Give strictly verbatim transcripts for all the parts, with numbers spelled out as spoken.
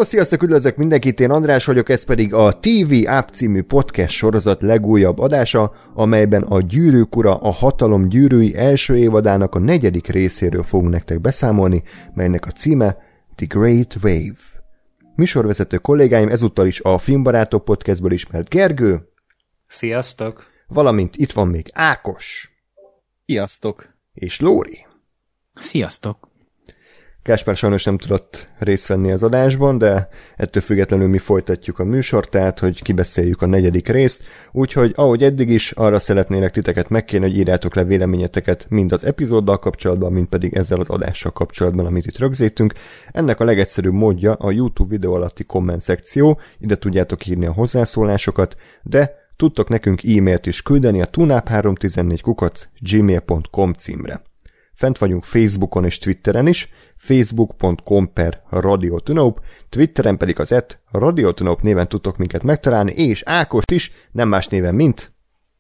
sziasztok, üdvözlök mindenkit, én András vagyok, ez pedig a té vé App című podcast sorozat legújabb adása, amelyben a Gyűrűk ura, a Hatalom gyűrűi első évadának a negyedik részéről fogunk nektek beszámolni, melynek a címe The Great Wave. Műsorvezető kollégáim ezúttal is a Filmbarátok podcastből ismert Gergő. Sziasztok! Valamint itt van még Ákos. Sziasztok! És Lóri. Sziasztok! Gáspár sajnos nem tudott részt venni az adásban, de ettől függetlenül mi folytatjuk a műsort, tehát hogy kibeszéljük a negyedik részt, úgyhogy ahogy eddig is, arra szeretnélek titeket megkérni, hogy írjátok le véleményeteket mind az epizóddal kapcsolatban, mind pedig ezzel az adással kapcsolatban, amit itt rögzítünk. Ennek a legegyszerűbb módja a YouTube videó alatti komment szekció, ide tudjátok írni a hozzászólásokat, de tudtok nekünk e-mailt is küldeni a tunap három tizennégy kukac gmail pont com címre. Fent vagyunk Facebookon és Twitteren is, facebook pont com per radiotunop, Twitteren pedig az et radiotunop néven tudtok minket megtalálni, és Ákost is, nem más néven mint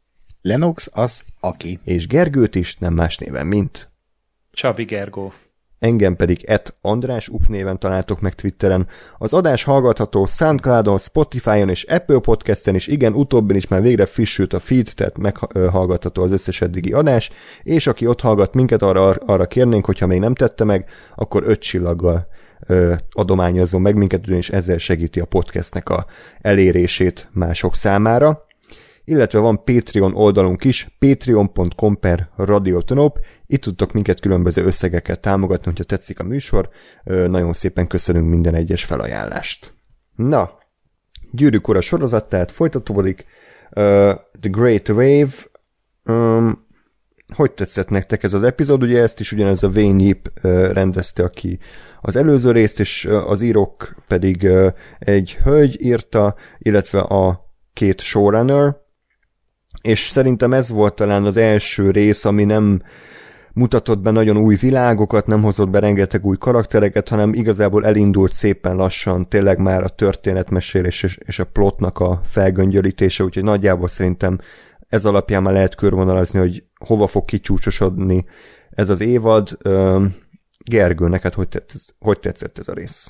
Lenox az aki. És Gergőt is, nem más néven mint Csabi Gergó. Engem pedig et András up néven találtok meg Twitteren. Az adás hallgatható Soundcloudon, Spotify-on és Apple Podcasten is, igen, utóbbin is már végre frissült a feed, tehát meghallgatható az összes eddigi adás, és aki ott hallgat minket, arra, arra kérnénk, hogyha még nem tette meg, akkor öt csillaggal ö, adományozzon meg minket, ugyanis ezzel segíti a podcastnek a elérését mások számára. Illetve van Patreon oldalunk is, patreon pont com per radiotunop, itt tudtok minket különböző összegeket támogatni, hogyha tetszik a műsor, nagyon szépen köszönünk minden egyes felajánlást. Na, Gyűrűk ura sorozat, tehát folytatódik, uh, The Great Wave, um, hogy tetszett nektek ez az epizód? Ugye ezt is ugyanez a Wayne Yip uh, rendezte, aki az előző részt, és uh, az írók pedig uh, egy hölgy írta, illetve a két showrunner, és szerintem ez volt talán az első rész, ami nem mutatott be nagyon új világokat, nem hozott be rengeteg új karaktereket, hanem igazából elindult szépen lassan tényleg már a történetmesélés és, és a plotnak a felgöngyölítése, úgyhogy nagyjából szerintem ez alapján már lehet körvonalazni, hogy hova fog kicsúcsosodni ez az évad. Gergő, neked hogy tetszett, hogy tetszett ez a rész?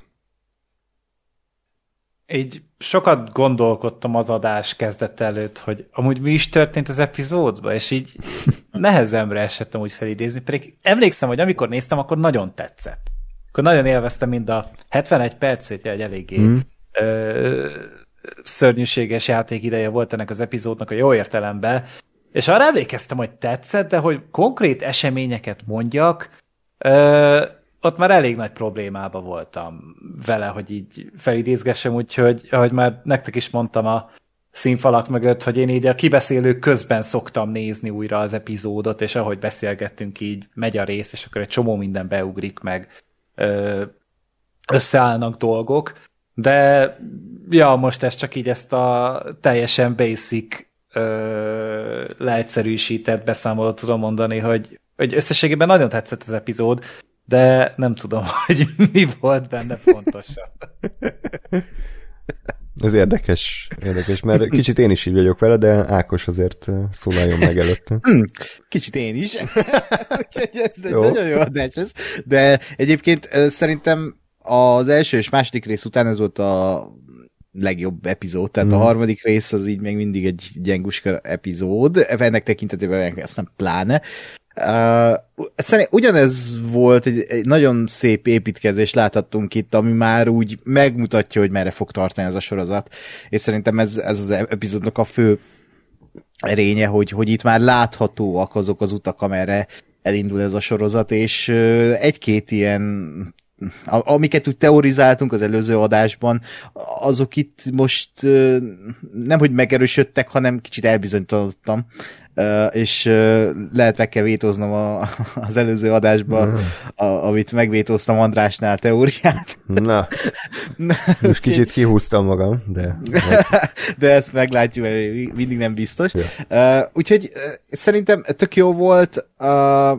Így sokat gondolkodtam az adás kezdete előtt, hogy amúgy mi is történt az epizódban, és így nehezemre esettem úgy felidézni, pedig emlékszem, hogy amikor néztem, akkor nagyon tetszett. Akkor nagyon élveztem mind a hetvenegy percét, egy eléggé mm. ö, szörnyűséges játékideje volt ennek az epizódnak a jó értelemben, és arra emlékeztem, hogy tetszett, de hogy konkrét eseményeket mondjak, ö, ott már elég nagy problémába voltam vele, hogy így felidézgessem, úgyhogy ahogy már nektek is mondtam a színfalak mögött, hogy én így a kibeszélők közben szoktam nézni újra az epizódot, és ahogy beszélgettünk, így megy a rész, és akkor egy csomó minden beugrik meg, összeállnak dolgok, de ja, most ez csak így ezt a teljesen basic leegyszerűsített beszámolót tudom mondani, hogy, hogy összességében nagyon tetszett az epizód, de nem tudom, hogy mi volt benne pontosan. Ez érdekes, érdekes, mert kicsit én is így vagyok vele, de Ákos azért szólaljon meg előtte. Kicsit én is. Úgyhogy ez egy jó. Nagyon jó adás ez. De egyébként szerintem az első és második rész után ez volt a legjobb epizód, tehát hmm. a harmadik rész az így még mindig egy gyenguska epizód, ennek tekintetében ezt nem pláne. Uh, szerintem ugyanez volt, egy, egy nagyon szép építkezés láthattunk itt, ami már úgy megmutatja, hogy merre fog tartani ez a sorozat, és szerintem ez, ez az epizódnak a fő erénye, hogy, hogy itt már láthatóak azok az utak, amerre elindul ez a sorozat, és uh, egy-két ilyen amiket úgy teorizáltunk az előző adásban, azok itt most uh, nemhogy megerősödtek, hanem kicsit elbizonytalanodtam. Uh, és uh, lehet meg kell vétóznom a, az előző adásban, mm. a, amit megvétóztam Andrásnál teóriát. Na, most kicsit kihúztam magam, de... de ezt meglátjuk, mert mindig nem biztos. Yeah. Uh, úgyhogy uh, szerintem tök jó volt, uh,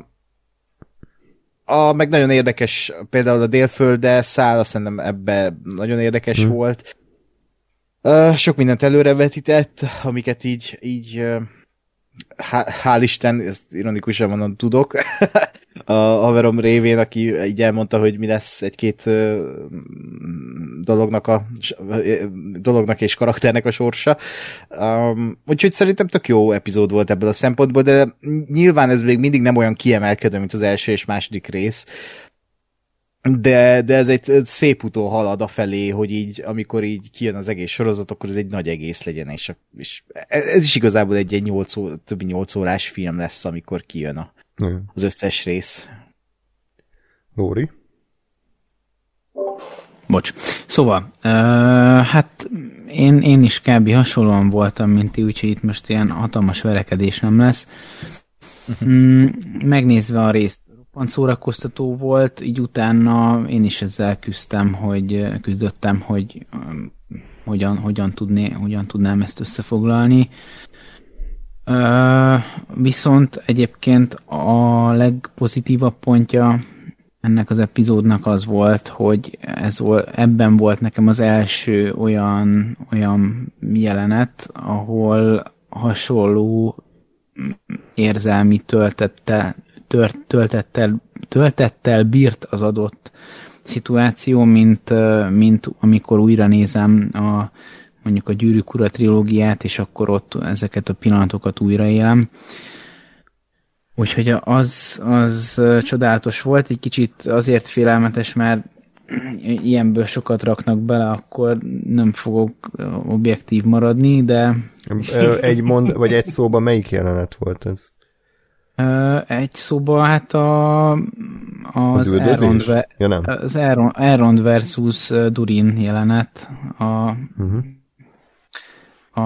a, meg nagyon érdekes, például a Délfölddel száll, azt szerintem ebben nagyon érdekes mm. volt. Uh, sok mindent előrevetített, amiket így, így uh, hál' Isten, ezt ironikusan mondom, tudok, a haverom révén, aki így elmondta, hogy mi lesz egy-két dolognak, a, dolognak és karakternek a sorsa. Um, úgyhogy szerintem tök jó epizód volt ebből a szempontból, de nyilván ez még mindig nem olyan kiemelkedő, mint az első és második rész. De, de ez egy szép utó halad afelé, hogy így, amikor így kijön az egész sorozat, akkor ez egy nagy egész legyen, és, és ez is igazából egy, egy nyolc ó, többi nyolc órás film lesz, amikor kijön a, az összes rész. Lóri? Bocs. Szóval, uh, hát én, én is kb. Hasonlóan voltam, mint ti, úgyhogy itt most ilyen hatalmas verekedés nem lesz. Mm, megnézve a részt, roppant szórakoztató volt, így utána én is ezzel küzdtem, hogy küzdöttem, hogy um, hogyan, hogyan, tudné, hogyan tudnám ezt összefoglalni. Uh, viszont egyébként a legpozitívabb pontja ennek az epizódnak az volt, hogy ez volt, ebben volt nekem az első olyan, olyan jelenet, ahol hasonló érzelmi töltettel, tört, töltettel, töltettel bírt az adott szituáció, mint, mint amikor újra nézem a, mondjuk a Gyűrűk Ura trilógiát, és akkor ott ezeket a pillanatokat újraélem. Úgyhogy az, az csodálatos volt, egy kicsit azért félelmetes, mert ilyenből sokat raknak bele, akkor nem fogok objektív maradni, de... Egy mond, vagy egy szóban melyik jelenet volt ez? Egy szóban hát a... Az, az Elrond, ja, nem. Az Elrond versus Durin jelenet. A... Uh-huh. a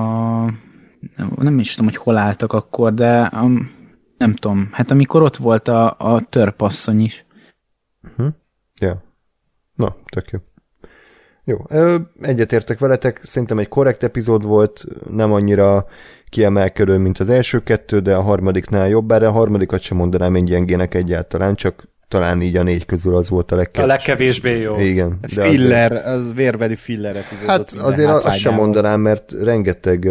nem, nem is tudom, hogy hol álltak akkor, de... A, nem tudom, hát amikor ott volt a, a törpasszony is. Uh-huh. Ja. Na, tök jó. Jó, egyetértek veletek, szerintem egy korrekt epizód volt, nem annyira kiemelkedő, mint az első kettő, de a harmadiknál jobb, bár a harmadikat sem mondanám én gyengének egyáltalán, csak talán így a négy közül az volt a legkevésbé. A legkevésbé jó. Igen. Filler, azért, az vérbeli filler epizódot. Hát azért azt sem mondanám, mert rengeteg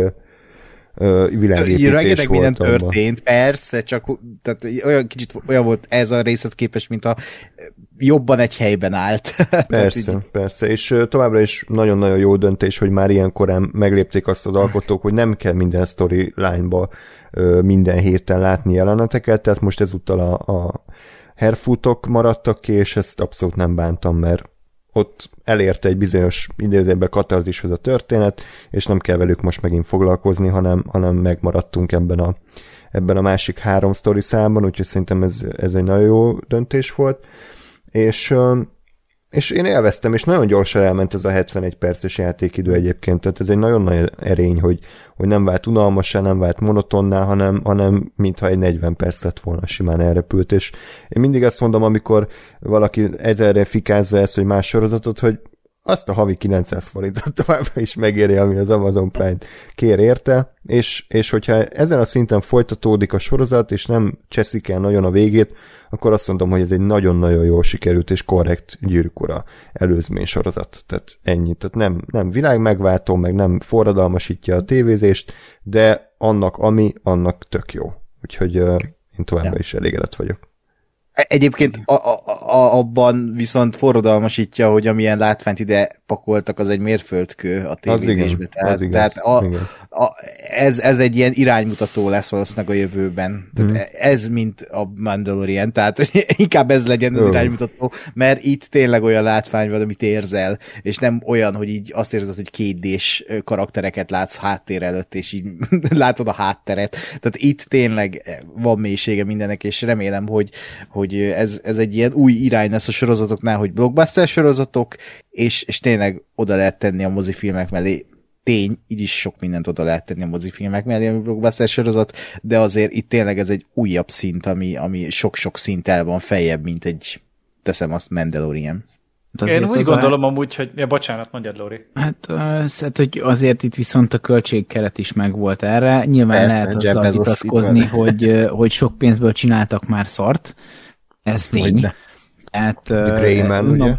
uh, világépítés rengeteg volt. Rengeteg minden történt, persze, csak tehát olyan kicsit olyan volt ez a részhez képest, mint a jobban egy helyben állt. Persze, persze, és uh, továbbra is nagyon-nagyon jó döntés, hogy már ilyen korán meglépték azt az alkotók, hogy nem kell minden storyline-ba uh, minden héten látni jeleneteket, tehát most ezúttal a, a herfútok maradtak ki, és ezt abszolút nem bántam, mert ott elérte egy bizonyos idézőben katarzishoz a történet, és nem kell velük most megint foglalkozni, hanem, hanem megmaradtunk ebben a, ebben a másik három sztori számban, úgyhogy szerintem ez, ez egy nagyon jó döntés volt. És, és én élveztem, és nagyon gyorsan elment ez a hetvenegy perces játékidő egyébként, tehát ez egy nagyon nagy erény, hogy, hogy nem vált unalmassá, nem vált monotonná, hanem, hanem mintha egy negyven perc lett volna, simán elrepült, és én mindig azt mondom, amikor valaki ezerre fikázza ezt, hogy más sorozatot, hogy azt a havi kilencszáz forintot továbbra is megéri, ami az Amazon Prime kér érte, és, és hogyha ezen a szinten folytatódik a sorozat, és nem cseszik el nagyon a végét, akkor azt mondom, hogy ez egy nagyon-nagyon jól sikerült és korrekt Gyűrűk Ura előzmény sorozat. Tehát ennyi. Tehát nem, nem világmegváltó, meg nem forradalmasítja a tévézést, de annak, ami, annak tök jó. Úgyhogy uh, én továbbra ja. is elégedett vagyok. Egyébként a, a, a, abban viszont forradalmasítja, hogy amilyen látványt ide pakoltak, az egy mérföldkő a tévézésbe. Tehát, az igaz, tehát a, a, ez, ez egy ilyen iránymutató lesz valószínűleg a jövőben. Tehát mm. ez, mint a Mandalorian, tehát inkább ez legyen az iránymutató, mert itt tényleg olyan látvány van, amit érzel, és nem olyan, hogy így azt érzed, hogy kétdés karaktereket látsz háttér előtt, és így látod a hátteret. Tehát itt tényleg van mélysége mindennek, és remélem, hogy hogy ez, ez egy ilyen új irány lesz a sorozatoknál, hogy blockbuster sorozatok, és, és tényleg oda lehet tenni a mozifilmek mellé. Tény, így is sok mindent oda lehet tenni a mozifilmek mellé, ami blockbuster sorozat, de azért itt tényleg ez egy újabb szint, ami, ami sok-sok szinttel van feljebb, mint egy, teszem azt, Mandalorian. Én úgy gondolom a... amúgy, hogy... Ja, bocsánat, mondjad, Lóri. Hát, az, hát, hogy azért itt viszont a költségkeret is megvolt erre. Nyilván Ezt lehet azzal vitatkozni, hogy, hogy sok pénzből csináltak már szart. Ez tény. Tehát, The Grey Man, ugye?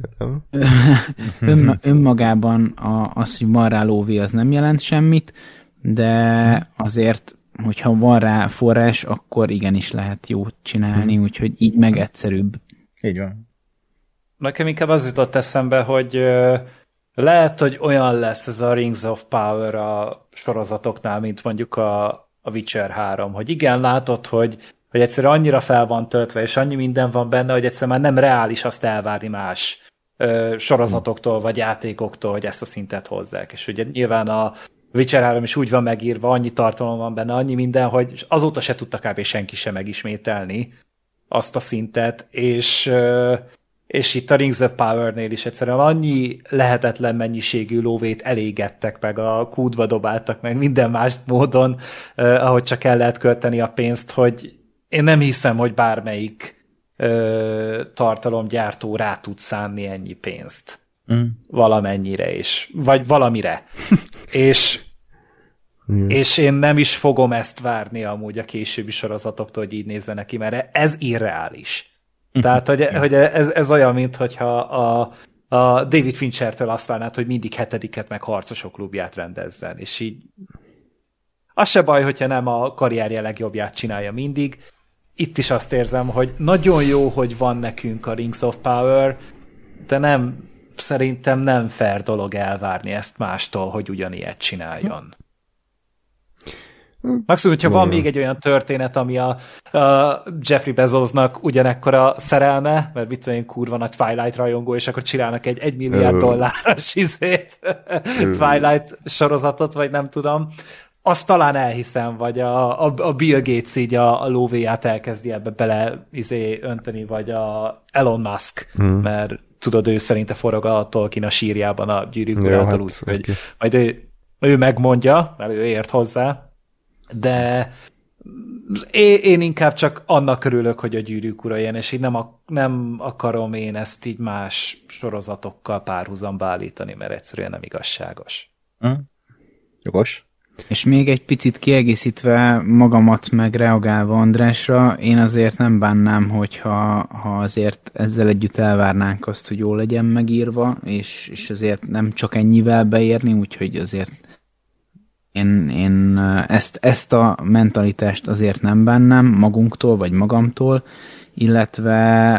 Ön, önmagában a, az, hogy van rá lóvé, az nem jelent semmit, de azért hogyha van rá forrás, akkor igenis lehet jót csinálni, úgyhogy így meg egyszerűbb. Így van. Nekem inkább az jutott eszembe, hogy uh, lehet, hogy olyan lesz ez a Rings of Power a sorozatoknál, mint mondjuk a, a Witcher három, hogy igen, látod, hogy, hogy egyszerűen annyira fel van töltve, és annyi minden van benne, hogy egyszerűen már nem reális azt elvárni más uh, sorozatoktól, vagy játékoktól, hogy ezt a szintet hozzák. És ugye nyilván a Witcher három is úgy van megírva, annyi tartalom van benne, annyi minden, hogy azóta se tudta kb. Senki sem megismételni azt a szintet, és, és itt a Rings of Power-nél is egyszerűen annyi lehetetlen mennyiségű lóvét elégettek meg, a kútba dobáltak meg minden más módon, ahogy csak el lehet költeni a pénzt, hogy én nem hiszem, hogy bármelyik tartalomgyártó rá tud szánni ennyi pénzt. Mm. Valamennyire is. Vagy valamire. és, mm. és én nem is fogom ezt várni amúgy a későbbi sorozatoktól, hogy így nézzenek ki, mert ez irreális. Mm. Tehát, hogy, hogy ez, ez olyan, mint hogyha a, a David Finchertől azt várnád, hogy mindig hetediket meg harcosok klubját rendezzen, és így az se baj, hogyha nem a karrierje legjobbját csinálja mindig. Itt is azt érzem, hogy nagyon jó, hogy van nekünk a Rings of Power, de nem szerintem nem fair dolog elvárni ezt mástól, hogy ugyanilyet csináljon. Maximum, hogyha van még egy olyan történet, ami a, a Jeffrey Bezosnak ugyanekkora szerelme, mert mit tudom én, kurva nagy Twilight rajongó, és akkor csinálnak egy egy milliárd dolláros izét, Twilight sorozatot, vagy nem tudom, azt talán elhiszem, vagy a, a, a Bill Gates így a, a lóvéját elkezdi ebbe bele izé önteni, vagy a Elon Musk, hmm. mert tudod, ő szerinte forog a Tolkien a sírjában a Gyűrűk urától, hát, úgy, okay. hogy majd ő, ő megmondja, mert ő ért hozzá, de én, én inkább csak annak örülök, hogy a Gyűrűk ura ilyen, és így nem, a, nem akarom én ezt így más sorozatokkal párhuzamba állítani, mert egyszerűen nem igazságos. Hmm. Jogos. És még egy picit kiegészítve magamat meg reagálva Andrásra, én azért nem bánnám, hogyha ha azért ezzel együtt elvárnánk azt, hogy jól legyen megírva, és, és azért nem csak ennyivel beérni, úgyhogy azért én, én ezt, ezt a mentalitást azért nem bánnám magunktól, vagy magamtól, illetve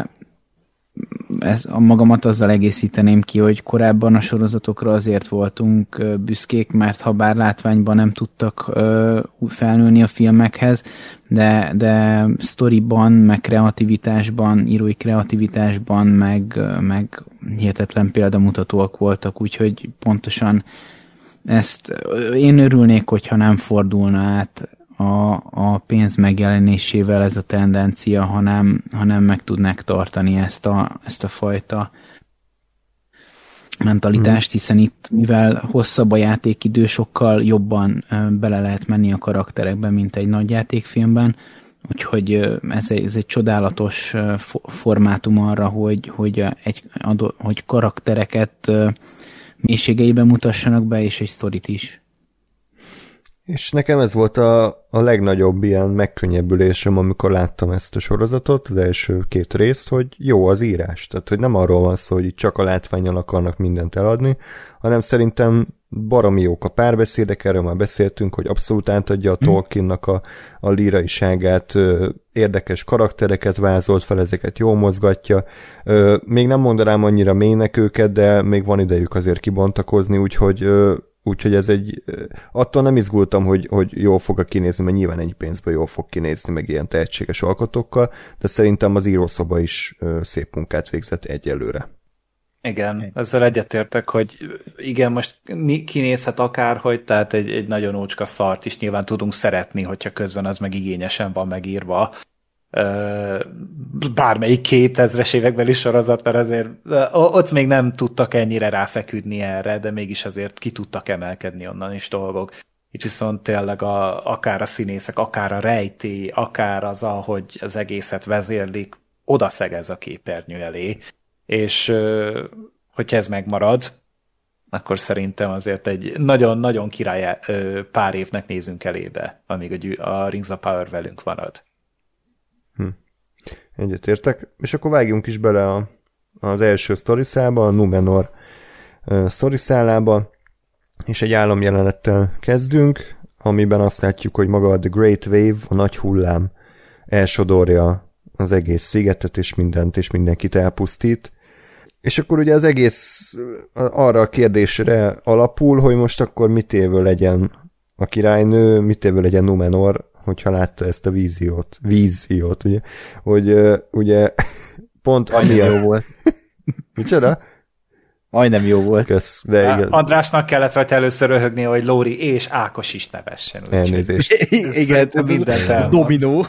ez, a magamat azzal egészíteném ki, hogy korábban a sorozatokra azért voltunk büszkék, mert ha bár látványban nem tudtak felnőni a filmekhez, de, de sztoriban, meg kreativitásban, írói kreativitásban, meg, meg hihetetlen példamutatóak voltak, úgyhogy pontosan ezt én örülnék, hogyha nem fordulna át A, a pénz megjelenésével ez a tendencia, hanem, hanem meg tudnák tartani ezt a, ezt a fajta mentalitást, hiszen itt, mivel hosszabb a játékidő, sokkal jobban bele lehet menni a karakterekbe, mint egy nagy játékfilmben, úgyhogy ez egy, ez egy csodálatos formátum arra, hogy, hogy, egy, hogy karaktereket mélységeiben mutassanak be, és egy sztorit is. És nekem ez volt a, a legnagyobb ilyen megkönnyebbülésem, amikor láttam ezt a sorozatot, az első két részt, hogy jó az írás. Tehát, hogy nem arról van szó, hogy itt csak a látvánnyal akarnak mindent eladni, hanem szerintem baromi jók a párbeszédek, erről már beszéltünk, hogy abszolút átadja a Tolkiennak a, a líraiságát, érdekes karaktereket vázolt fel, ezeket jól mozgatja. Még nem mondanám annyira mélynek őket, de még van idejük azért kibontakozni, úgyhogy Úgyhogy ez egy, attól nem izgultam, hogy, hogy jól fog kinézni, mert nyilván ennyi pénzből jól fog kinézni, meg ilyen tehetséges alkotókkal, de szerintem az írószoba is szép munkát végzett egyelőre. Igen, ezzel egyetértek, hogy igen, most kinézhet akárhogy, tehát egy, egy nagyon ócska szart is nyilván tudunk szeretni, hogyha közben az meg igényesen van megírva. Bármelyik kétezres évekbeli sorozat, mert azért ott még nem tudtak ennyire ráfeküdni erre, de mégis azért ki tudtak emelkedni onnan is dolgok. Itt viszont tényleg a, akár a színészek, akár a rejtély, akár az, ahogy az egészet vezérlik, odaszegez a képernyő elé, és hogyha ez megmarad, akkor szerintem azért egy nagyon-nagyon király pár évnek nézünk elébe, amíg a, a Rings of Power velünk marad. Hm. Egyetértek. És akkor vágjunk is bele a, az első sztoriszába, a Númenor uh, sztoriszálába, és egy álomjelenettel kezdünk. amiben azt látjuk, hogy maga a The Great Wave, a nagy hullám elsodorja az egész szigetet, és mindent, és mindenkit elpusztít. És akkor ugye az egész arra a kérdésre alapul, hogy most akkor mit évő legyen a királynő, mit évő legyen Numenor, hogyha látta ezt a víziót. Víziót, ugye? Hogy uh, ugye pont annyi jó volt. Micsoda? Majdnem jó volt. Kösz, de igen. Andrásnak kellett rajta először röhögni, hogy Lóri és Ákos is nevessen. Elnézést. Igen, mindent dominó.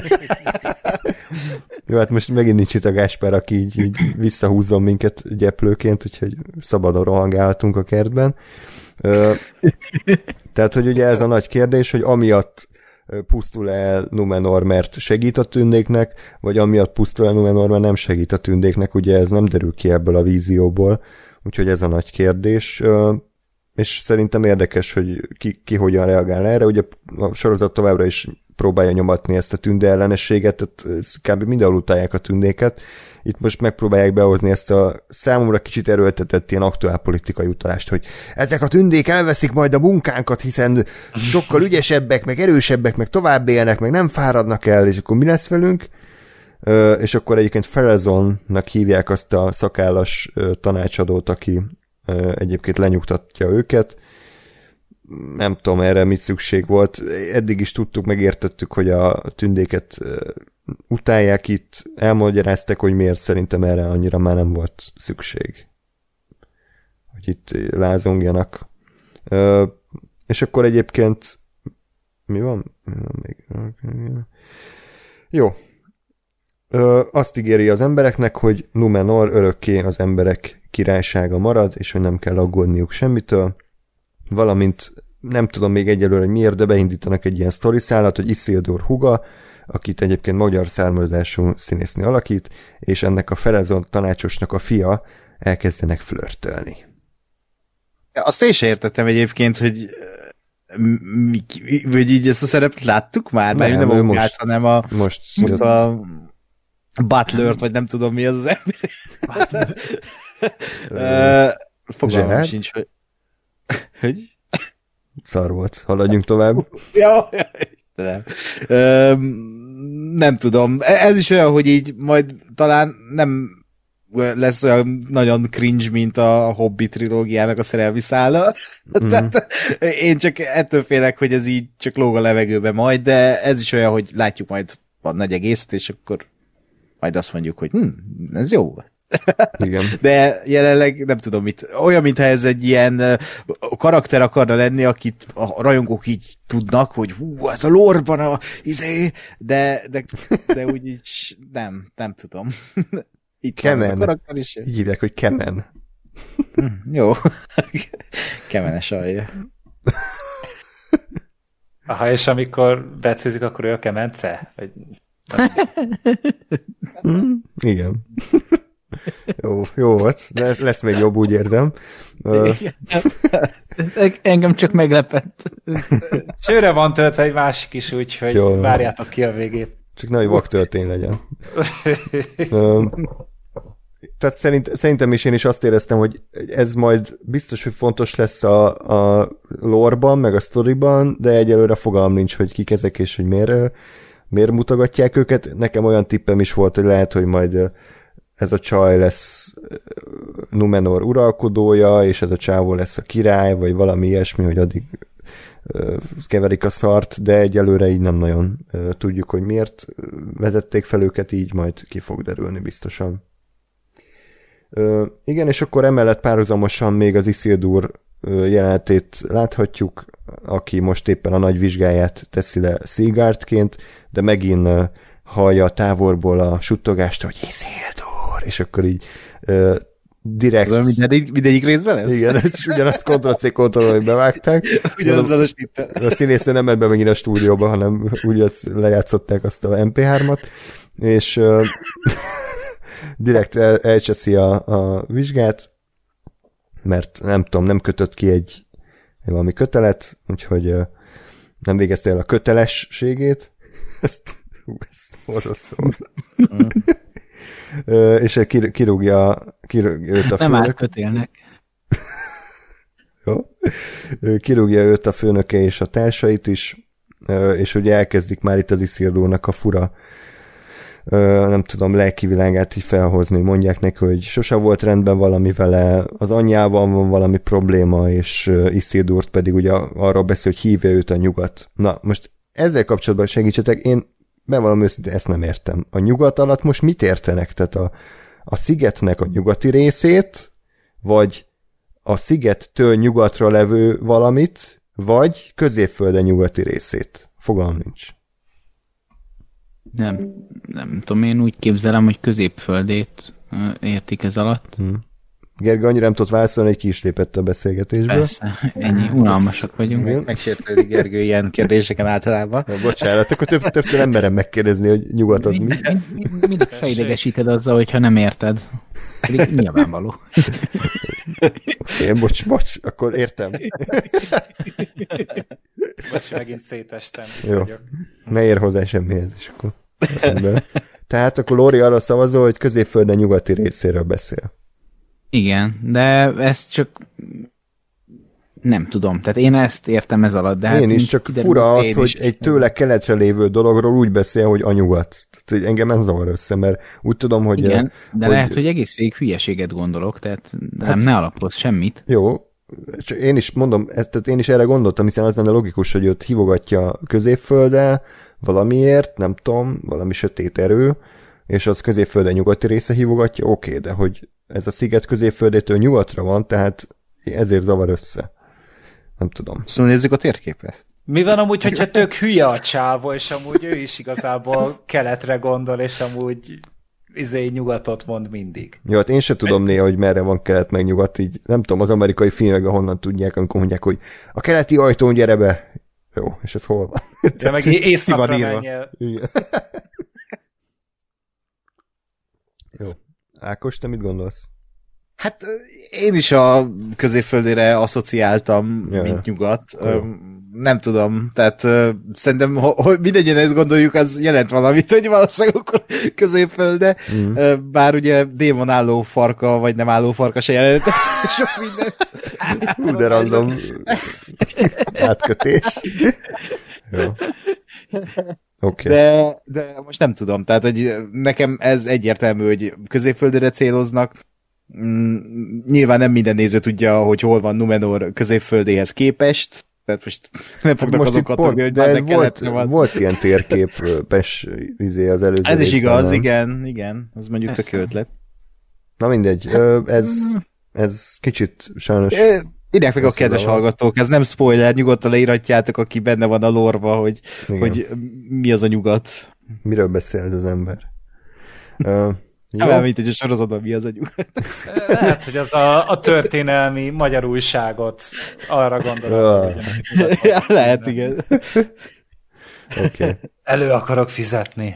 Jó, hát most megint nincs itt a Gáspár, aki így, így visszahúzzon minket gyeplőként, úgyhogy szabadon rohangálhatunk a kertben. Ö, tehát, hogy ugye ez a nagy kérdés, hogy amiatt pusztul el Numenor, mert segít a tündéknek, vagy amiatt pusztul el Numenor, mert nem segít a tündéknek, ugye ez nem derül ki ebből a vízióból, úgyhogy ez a nagy kérdés, és szerintem érdekes, hogy ki, ki hogyan reagál erre, ugye a sorozat továbbra is próbálja nyomatni ezt a tünde ellenességet, tehát kb. Mindenhol utálják a tündéket, itt most megpróbálják behozni ezt a számomra kicsit erőltetett ilyen aktuál politikai utalást, hogy ezek a tündék elveszik majd a munkánkat, hiszen sokkal ügyesebbek, meg erősebbek, meg tovább élnek, meg nem fáradnak el, és akkor mi lesz velünk? Ö, és akkor egyébként Pharazonnak hívják azt a szakállas ö, tanácsadót, aki ö, egyébként lenyugtatja őket. Nem tudom, erre mit szükség volt. Eddig is tudtuk, megértettük, hogy a tündéket utálják itt, elmagyarázták, hogy miért, szerintem erre annyira már nem volt szükség. Hogy itt lázongjanak. Ö, és akkor egyébként mi van? Még... Jó. Ö, azt ígéri az embereknek, hogy Numenor örökké az emberek királysága marad, és hogy nem kell aggódniuk semmitől. Valamint nem tudom még egyelőre, hogy miért, de beindítanak egy ilyen sztoriszállat, hogy Isildur húga, akit egyébként magyar származású színésznő alakít, és ennek a Pharazon tanácsosnak a fia elkezdenek flörtölni. Azt én sem értettem egyébként, hogy mi, vagy így ezt a szerepet láttuk már? Mert nem, nem a most, hanem a, most, most a Butlert, vagy nem tudom mi az az ember. Fogalmam sincs, hogy... hogy? Szar volt. Haladjunk tovább. Ja, nem. Ö, nem tudom. Ez is olyan, hogy így majd talán nem lesz olyan nagyon cringe, mint a Hobbit trilógiának a szerelmi szála. Mm. Tehát én csak ettől félek, hogy ez így csak lóg a levegőbe majd, de ez is olyan, hogy látjuk majd a nagy egészet, és akkor majd azt mondjuk, hogy hm, ez jó. Igen. De jelenleg nem tudom mit. Olyan, mintha ez egy ilyen karakter akarna lenni, akit a rajongók így tudnak, hogy hú, ez a lore-ban a izé, de, de, de úgy így nem, nem tudom. Itt Kemen. Van a karakter is. Így hívják, hogy Kemen. Hm, jó. Kemenes alja. Aha, és amikor becézik, akkor ő a Kemence? Vagy... mm, igen. Jó, jó volt, de lesz még jobb, úgy érzem. Engem csak meglepett. Csőre van töltve egy másik is, úgyhogy jó, várjátok ki a végét. Csak nagy vaktörtény legyen. Tehát szerint, szerintem is én is azt éreztem, hogy ez majd biztos, hogy fontos lesz a, a lore-ban, meg a storyban, de egyelőre fogalmam nincs, hogy kik ezek, és hogy miért, miért mutogatják őket. Nekem olyan tippem is volt, hogy lehet, hogy majd ez a csaj lesz Numenor uralkodója, és ez a csávó lesz a király, vagy valami ilyesmi, hogy addig keverik a szart, de egyelőre így nem nagyon tudjuk, hogy miért vezették fel őket, így majd ki fog derülni biztosan. Igen, és akkor emellett párhuzamosan még az Isildur jelenetét láthatjuk, aki most éppen a nagy vizsgáját teszi le Sigardként, de megint hallja a távolból a suttogást, hogy Isildur, és akkor így uh, direkt... Mindegyik, mindegyik részben lesz? Igen, és ugyanazt Ctrl-C, Ctrl-V bevágták. Ugyanazzal a snittel. A színésznő nem ment be megint a stúdióba, hanem úgy lejátszották azt a em pé hármat, és uh, direkt el, elcseszi a, a vizsgát, mert nem tudom, nem kötött ki egy valami kötelet, úgyhogy uh, nem végezte el a kötelességét. Ezt hú, ez oroszul. Mm. és kirúgja, kirúgja őt a nem átkötélnek. Jó. Kirúgja őt a főnöke és a társait is, és ugye elkezdik már itt az Isildurnak a fura nem tudom, lelki világát így felhozni. Mondják neki, hogy sose volt rendben valami vele, az anyjával van valami probléma, és Isildurt pedig ugye arról beszél, hogy hívja őt a nyugat. Na, most ezzel kapcsolatban segítsetek, én bevallom őszintén, ezt nem értem. A nyugat alatt most mit értenek? Tehát a, a szigetnek a nyugati részét, vagy a szigettől nyugatra levő valamit, vagy Középfölde nyugati részét. Fogalmam nincs. Nem, nem tudom, én úgy képzelem, hogy Középföldét értik ez alatt. Hmm. Gergő annyira nem tudott válaszolni, hogy ki is lépett a beszélgetésből. Persze, ennyi, unalmasak vagyunk. Meg, megsértődik Gergő ilyen kérdéseken általában. Na, bocsánat, akkor több, többször nem merem megkérdezni, hogy nyugat az mi. Mind, mindig fejlegesíted azzal, hogyha nem érted. Pedig nyilvánvaló. Én bocs, bocs, akkor értem. Bocs, megint szétestem. Jó, ne ér hozzá semmihez, és akkor ember. Tehát akkor Lóri arra szavazol, hogy Középfölde nyugati részéről beszél. Igen, de ez csak nem tudom. Tehát én ezt értem ez alatt. De hát én is, csak fura az, hogy is. egy tőle keletre lévő dologról úgy beszél, hogy a nyugat. Tehát engem ez zavar össze, mert úgy tudom, hogy... Igen, de hogy... lehet, hogy egész végig hülyeséget gondolok, tehát nem, hát, ne alapoz semmit. Jó, csak én is mondom, ezt, tehát én is erre gondoltam, hiszen az lenne logikus, hogy ott hívogatja Középfölde valamiért, nem tudom, valami sötét erő, és az Középfölde nyugati része hívogatja, oké, okay, de hogy ez a sziget Középföldétől nyugatra van, tehát ezért zavar össze. Nem tudom. Szóval nézzük a térképet. Mi van amúgy, hogyha tök hülye a csávó, és amúgy ő is igazából keletre gondol, és amúgy izé nyugatot mond mindig. Jó, hát én sem tudom néha, hogy merre van kelet meg nyugat, így nem tudom, az amerikai filmekben honnan tudják, amikor mondják, hogy a keleti ajtón gyere be. Jó, és ez hol van? De meg éjszakra menj el. Igen. Jó. Ákos, te mit gondolsz? Hát én is a Középföldére asszociáltam, ja, mint nyugat. Oh. Nem tudom, tehát uh, szerintem, hogy mindegyen ezt gondoljuk, az jelent valamit, hogy valószínűleg akkor Középfölde, mm. uh, bár ugye démon álló farka, vagy nem álló farka se jelentett sok mindent. Hú, de random átkötés. Jó. Okay. De, de most nem tudom, tehát hogy nekem ez egyértelmű, hogy Középföldre céloznak. Mm, nyilván nem minden néző tudja, hogy hol van Numenor Középföldéhez képest, tehát most nem fognak most azokat pont, tudni, hogy de volt, van. Volt ilyen térképes izé az előző Ez is igaz, nem? igen, igen, az mondjuk tök ötlet. Na mindegy, ez, ez kicsit sajnos... Írják meg a kedves hallgatók, ez nem spoiler, nyugodtan leíratjátok, aki benne van a lore-ba, hogy, hogy mi az a nyugat. Miről beszél az ember? Uh, Nem, mint hogy a sorozatban mi az a nyugat. Lehet, hogy az a, a történelmi magyar újságot arra gondolom. Uh. Hogy ja, lehet, igen. Okay. Elő akarok fizetni.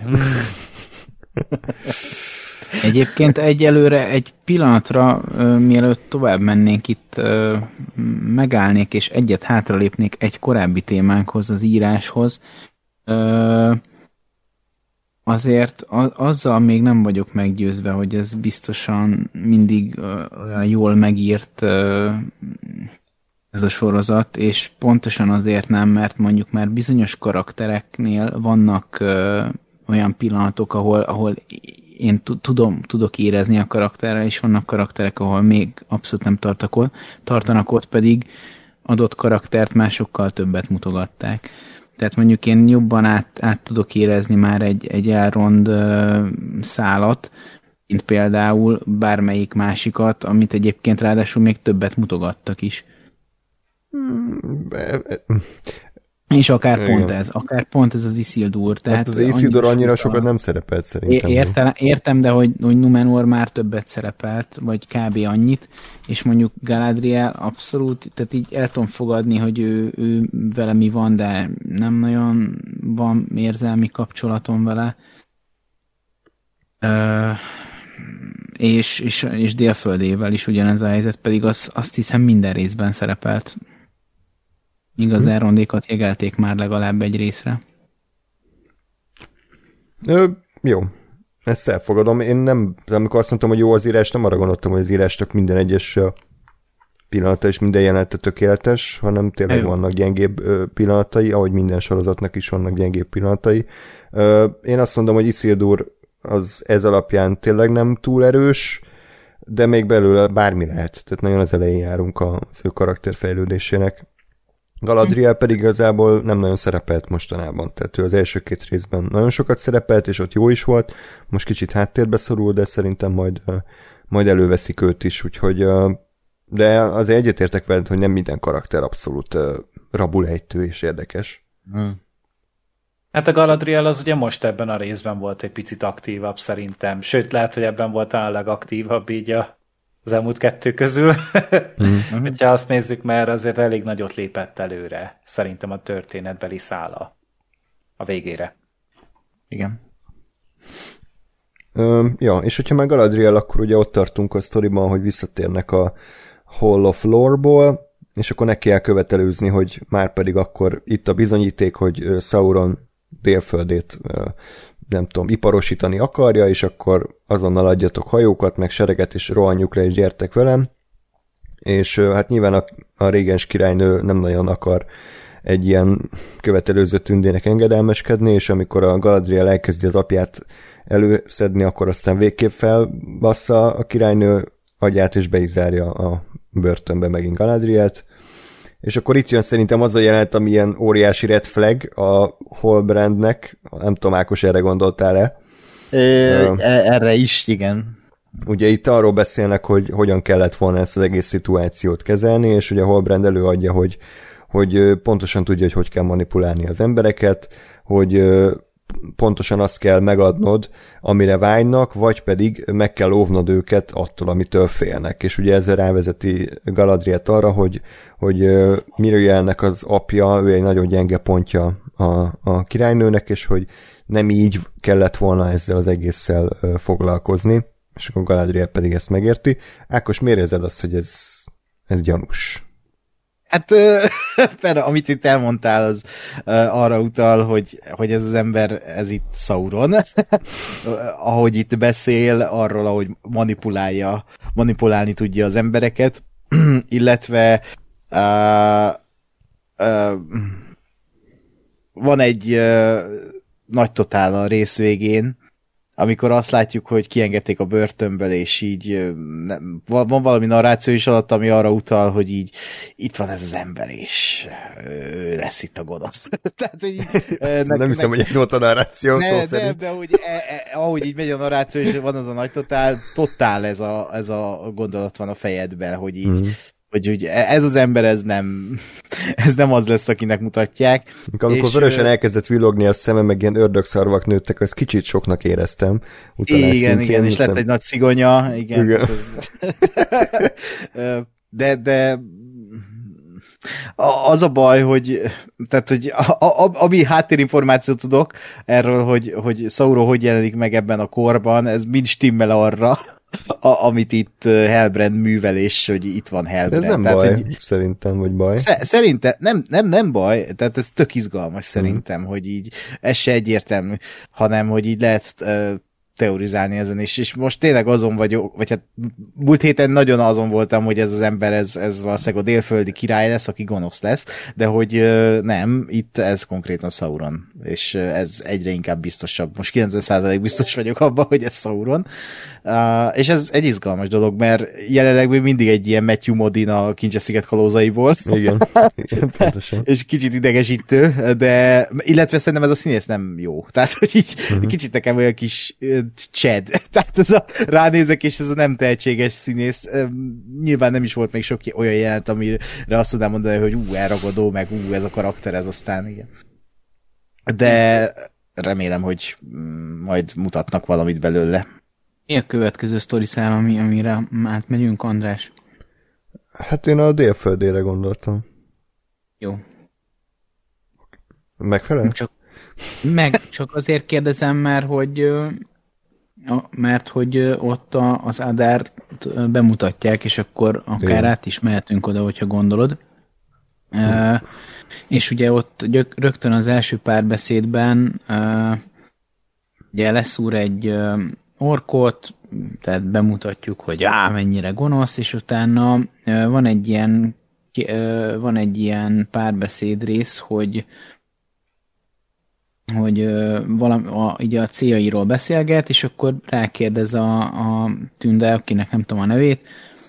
Egyébként egyelőre egy pillanatra, uh, mielőtt tovább mennénk itt, uh, megállnék és egyet hátralépnék egy korábbi témánkhoz, az íráshoz. Uh, azért a, azzal még nem vagyok meggyőzve, hogy ez biztosan mindig uh, olyan jól megírt uh, ez a sorozat, és pontosan azért nem, mert mondjuk már bizonyos karaktereknél vannak uh, olyan pillanatok, ahol, ahol én tudom, tudok érezni a karakterrel, és vannak karakterek, ahol még abszolút nem tartak ott, tartanak ott, pedig adott karaktert másokkal többet mutogatták. Tehát mondjuk én jobban át, át tudok érezni már egy, egy Elrond uh, szálat, mint például bármelyik másikat, amit egyébként ráadásul még többet mutogattak is. És akár igen. pont ez, akár pont ez az Isildur. Tehát hát az Isildur annyira, annyira sokat nem szerepelt szerintem. Értem, értem de hogy, hogy Numenor már többet szerepelt, vagy kb. Annyit, és mondjuk Galadriel abszolút, tehát így el tudom fogadni, hogy ő, ő vele mi van, de nem nagyon van érzelmi kapcsolatom vele. Ö, és, és, és Délföldével is ugyanez a helyzet, pedig az, azt hiszem minden részben szerepelt. Igaz, hmm. Elrondékat jegelték már legalább egy részre. Ö, jó. Ezt elfogadom. Én nem, amikor azt mondtam, hogy jó az írás, nem arra gondoltam, hogy az írásnak minden egyes pillanata és minden jelenete tökéletes, hanem tényleg Jó. vannak gyengébb pillanatai, ahogy minden sorozatnak is vannak gyengébb pillanatai. Én azt mondom, hogy Isildur az ez alapján tényleg nem túl erős, de még belőle bármi lehet. Tehát nagyon az elején járunk az ő karakterfejlődésének. Galadriel pedig igazából nem nagyon szerepelt mostanában. Tehát ő az első két részben nagyon sokat szerepelt, és ott jó is volt. Most kicsit háttérbe szorul, de szerintem majd, majd előveszik őt is, úgyhogy de azért egyetértek veled, hogy nem minden karakter abszolút rabulejtő és érdekes. Hmm. Hát a Galadriel az ugye most ebben a részben volt egy picit aktívabb szerintem. Sőt, lehet, hogy ebben volt a legaktívabb így a, az elmúlt kettő közül. Mm. Hogyha azt nézzük, mert azért elég nagyot lépett előre. Szerintem a történetbeli szála a végére. Igen. Ö, ja, és hogyha meg Galadriel, akkor ugye ott tartunk a sztoriban, hogy visszatérnek a Hall of Lore-ból, és akkor neki kell követelőzni, hogy már pedig akkor itt a bizonyíték, hogy Sauron Délföldét nem tudom, iparosítani akarja, és akkor azonnal adjatok hajókat, meg sereget, és rohanjuk le, és gyertek velem. És hát nyilván a, a régens királynő nem nagyon akar egy ilyen követelőző tündének engedelmeskedni, és amikor a Galadriel elkezdi az apját előszedni, akkor aztán végképp felbassza a királynő agyát, és be is zárja a börtönbe megint Galadrielt. És akkor itt jön szerintem az a jelenet, ami ilyen óriási red flag a Hallbrandnek. Nem tudom, Ákos, erre gondoltál-e? É, uh, erre is, igen. Ugye itt arról beszélnek, hogy hogyan kellett volna ezt az egész szituációt kezelni, és ugye Hallbrand előadja, hogy, hogy pontosan tudja, hogy hogy kell manipulálni az embereket, hogy pontosan azt kell megadnod, amire vágynak, vagy pedig meg kell óvnod őket attól, amitől félnek. És ugye ezzel rávezeti Galadrielt arra, hogy, hogy Mirielnek az apja, ő egy nagyon gyenge pontja a, a királynőnek, és hogy nem így kellett volna ezzel az egésszel foglalkozni, és akkor Galadriel pedig ezt megérti. Ákos, miért érzed azt, hogy ez, ez gyanús? Hát, például, amit itt elmondtál, az arra utal, hogy, hogy ez az ember, ez itt Sauron, ahogy itt beszél, arról, ahogy manipulálja, manipulálni tudja az embereket, illetve uh, uh, van egy uh, nagy totál a rész végén, amikor azt látjuk, hogy kiengedték a börtönből, és így nem, van valami narráció is alatt, ami arra utal, hogy így itt van ez az ember, és ő lesz itt a gonosz. Tehát, hogy így, nek, nem hiszem, nek, hogy ez volt a narráció, ne, szó de, szerint. de hogy, e, e, ahogy így megy a narráció, és van az a nagy totál, totál ez a, ez a gondolat van a fejedben, hogy így, mm. hogy, hogy ez az ember, ez nem, ez nem az lesz, akinek mutatják. Amikor és, vörösen elkezdett villogni a szeme, meg ilyen ördögszarvak nőttek, az kicsit soknak éreztem. Igen, szintén, igen, és lett nem... egy nagy szigonya, igen. igen. De, de az a baj, hogy tehát, hogy a, a, ami háttérinformációt tudok erről, hogy, hogy Sauron hogy jelenik meg ebben a korban, ez mind stimmel arra, A, amit itt Hellbrand művel, és hogy itt van Hellbrand. Ez nem tehát, baj, hogy, szerintem, vagy baj. Szerintem, nem, nem, nem baj, tehát ez tök izgalmas szerintem, hmm. hogy így ez se egyértelmű, hanem, hogy így lehet uh, teorizálni ezen is, és most tényleg azon vagyok, vagy hát múlt héten nagyon azon voltam, hogy ez az ember, ez, ez valószínűleg a délföldi király lesz, aki gonosz lesz, de hogy uh, nem, itt ez konkrétan Sauron, és uh, ez egyre inkább biztosabb. Most kilencven százalék biztos vagyok abban, hogy ez Sauron. Uh, és ez egy izgalmas dolog, mert jelenleg még mindig egy ilyen Matthew Modin a Kincsesziget kalózaiból. Igen, igen, pontosan. És kicsit idegesítő, de illetve szerintem ez a színész nem jó. Tehát, hogy így uh-huh. kicsit nekem olyan kis uh, Chad. Tehát ez a ránézek, és ez a nem tehetséges színész. Um, nyilván nem is volt még sok olyan jelent, amire azt tudnám mondani, hogy ú, elragadó, meg ú, ez a karakter, ez aztán, igen. De remélem, hogy majd mutatnak valamit belőle. Mi a következő sztoriszál, ami, amire átmegyünk, András? Hát én a délföldére gondoltam. Jó. Megfelel? Csak, meg csak azért kérdezem, mert hogy mert hogy ott a, az Adárt bemutatják, és akkor akár Igen. át is mehetünk oda, hogyha gondolod. Hm. Uh, és ugye ott gyök, rögtön az első párbeszédben uh, ugye leszúr egy uh, orkot, tehát bemutatjuk, hogy á, mennyire gonosz, és utána van egy ilyen van egy ilyen párbeszéd rész, hogy hogy valami, a, így a céljairól beszélget, és akkor rákérdez a, a Tünde, akinek nem tudom a nevét,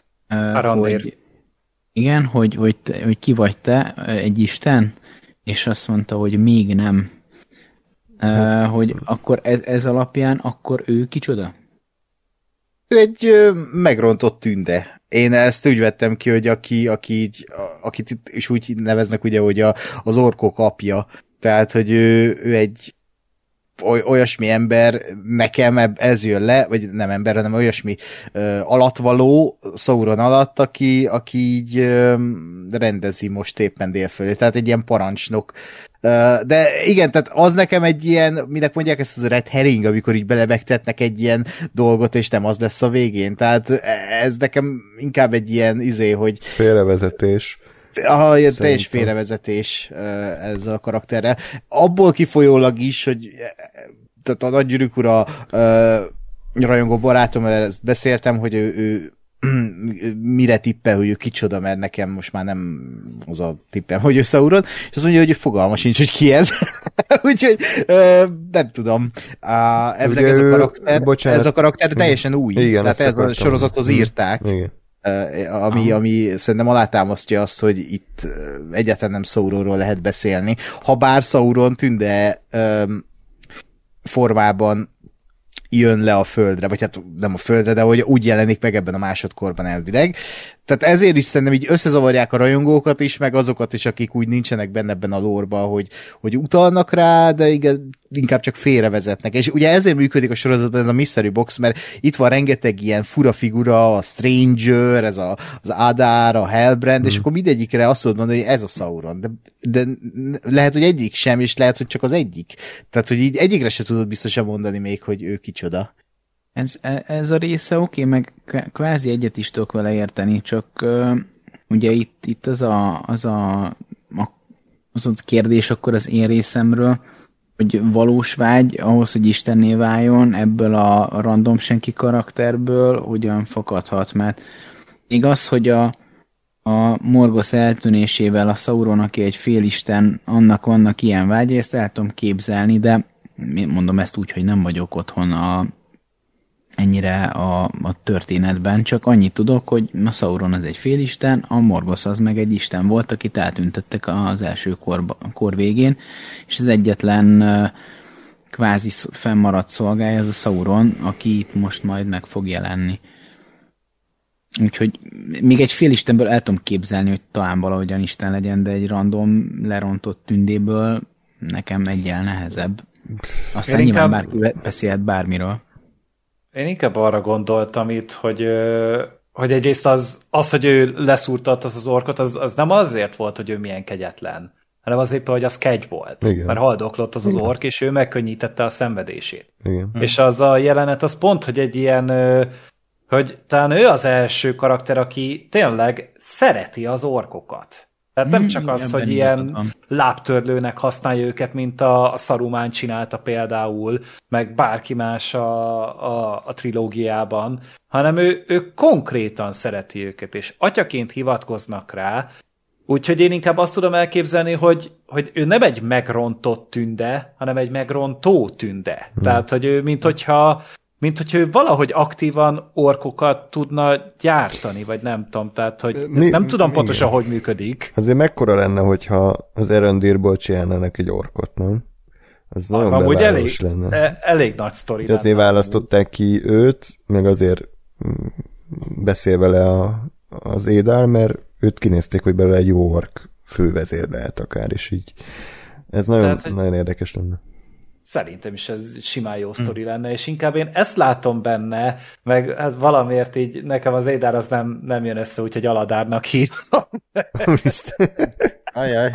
hogy igen, hogy, hogy, te, hogy ki vagy te, egy isten, és azt mondta, hogy még nem. Uh, hogy akkor ez, ez alapján, akkor ő kicsoda? Ő egy ö, megrontott Tünde. Én ezt úgy vettem ki, hogy aki, aki így, akit itt is úgy neveznek, ugye, hogy a, az orkok apja. Tehát, hogy ő, ő egy oly, olyasmi ember, nekem ez jön le, vagy nem ember, hanem olyasmi ö, alattvaló, Sauron alatt, aki, aki így ö, rendezi most éppen délfölé. Tehát egy ilyen parancsnok. Ö, de igen, tehát az nekem egy ilyen, minek mondják ezt az red herring, amikor így belebegtetnek egy ilyen dolgot, és nem az lesz a végén. Tehát ez nekem inkább egy ilyen izé, hogy félrevezetés. Aha, ilyen teljes félrevezetés ez a karakterrel. Abból kifolyólag is, hogy tehát a Nagy Gyűrűk Ura rajongó barátommal ezt beszéltem, hogy ő, ő mire tippel, hogy ő kicsoda, mert nekem most már nem az a tippem, hogy ő Sauron, és azt mondja, hogy fogalma sincs, hogy ki ez. Úgyhogy nem tudom. Ebben ez a karakter, bocsánat. ez a karakter teljesen új. Igen, tehát ez a sorozathoz írták. Igen. Ami, ami szerintem alátámasztja azt, hogy itt egyáltalán nem Sauronról lehet beszélni. Habár Sauron Tünde um, formában jön le a földre, vagy hát nem a földre, de hogy úgy jelenik meg ebben a másodkorban elvileg. Tehát ezért is szerintem így összezavarják a rajongókat is, meg azokat is, akik úgy nincsenek benne ebben a lórban, hogy, hogy utalnak rá, de igen, inkább csak félrevezetnek. És ugye ezért működik a sorozatban ez a Mystery Box, mert itt van rengeteg ilyen fura figura, a Stranger, ez a, az Adar, a Hellbrand, hmm. és akkor mindegyikre azt tudod mondani, hogy ez a Sauron. De, de lehet, hogy egyik sem, és lehet, hogy csak az egyik. Tehát, hogy így egyikre se tudod biztosan mondani még, hogy ő kicsoda. Ez, ez a része oké, okay, meg kvázi egyet is tudok vele érteni, csak uh, ugye itt, itt az, a, az, a, a, az a kérdés akkor az én részemről, hogy valós vágy ahhoz, hogy Istenné váljon, ebből a random senki karakterből hogyan fakadhat, mert igaz, hogy a, a Morgoth eltűnésével a Sauron, aki egy félisten, annak vannak ilyen vágyai, ezt el tudom képzelni, de mondom ezt úgy, hogy nem vagyok otthon a ennyire a, a történetben, csak annyit tudok, hogy a Sauron az egy félisten, a Morgoth az meg egy isten volt, akit eltüntettek az első korba, kor végén, és az egyetlen kvázi fennmaradt szolgája az a Sauron, aki itt most majd meg fog jelenni. Úgyhogy még egy félistenből el tudom képzelni, hogy talán valahogyan isten legyen, de egy random lerontott tündéből nekem egyel nehezebb. Aztán nyilván inkább... bárki beszélhet bármiről. Én inkább arra gondoltam itt, hogy, hogy egyrészt az, az, hogy ő leszúrta az az orkot, az, az nem azért volt, hogy ő milyen kegyetlen, hanem azért, hogy az kegy volt. Igen. Mert haldoklott az az ork, és ő megkönnyítette a szenvedését. Igen. És az a jelenet az pont, hogy egy ilyen, hogy talán ő az első karakter, aki tényleg szereti az orkokat. Tehát nem csak az, hogy ilyen lábtörlőnek használja őket, mint a, a Saruman csinálta például, meg bárki más a, a, a trilógiában, hanem ő, ő konkrétan szereti őket, és atyaként hivatkoznak rá, úgyhogy én inkább azt tudom elképzelni, hogy, hogy ő nem egy megrontott tünde, hanem egy megrontó tünde. Hmm. Tehát, hogy ő, mint hogyha mint hogyha ő valahogy aktívan orkokat tudna gyártani, vagy nem tudom, tehát, hogy ezt Mi, nem tudom pontosan, igen. hogy működik. Azért mekkora lenne, hogyha az Erendírból csinálnának egy orkot, nem? Az, az nagyon amúgy elég, lenne. elég nagy sztori lenne. Azért választották ki őt, meg azért beszél vele a, az Édál, mert őt kinézték, hogy belőle egy jó ork fővezér lehet akár, és így ez nagyon, tehát, nagyon érdekes lenne. Szerintem is ez simán jó sztori hmm. lenne, és inkább én ezt látom benne, meg hát valamiért így nekem az Édár az nem, nem jön össze, úgyhogy Aladárnak hívom. Ajaj.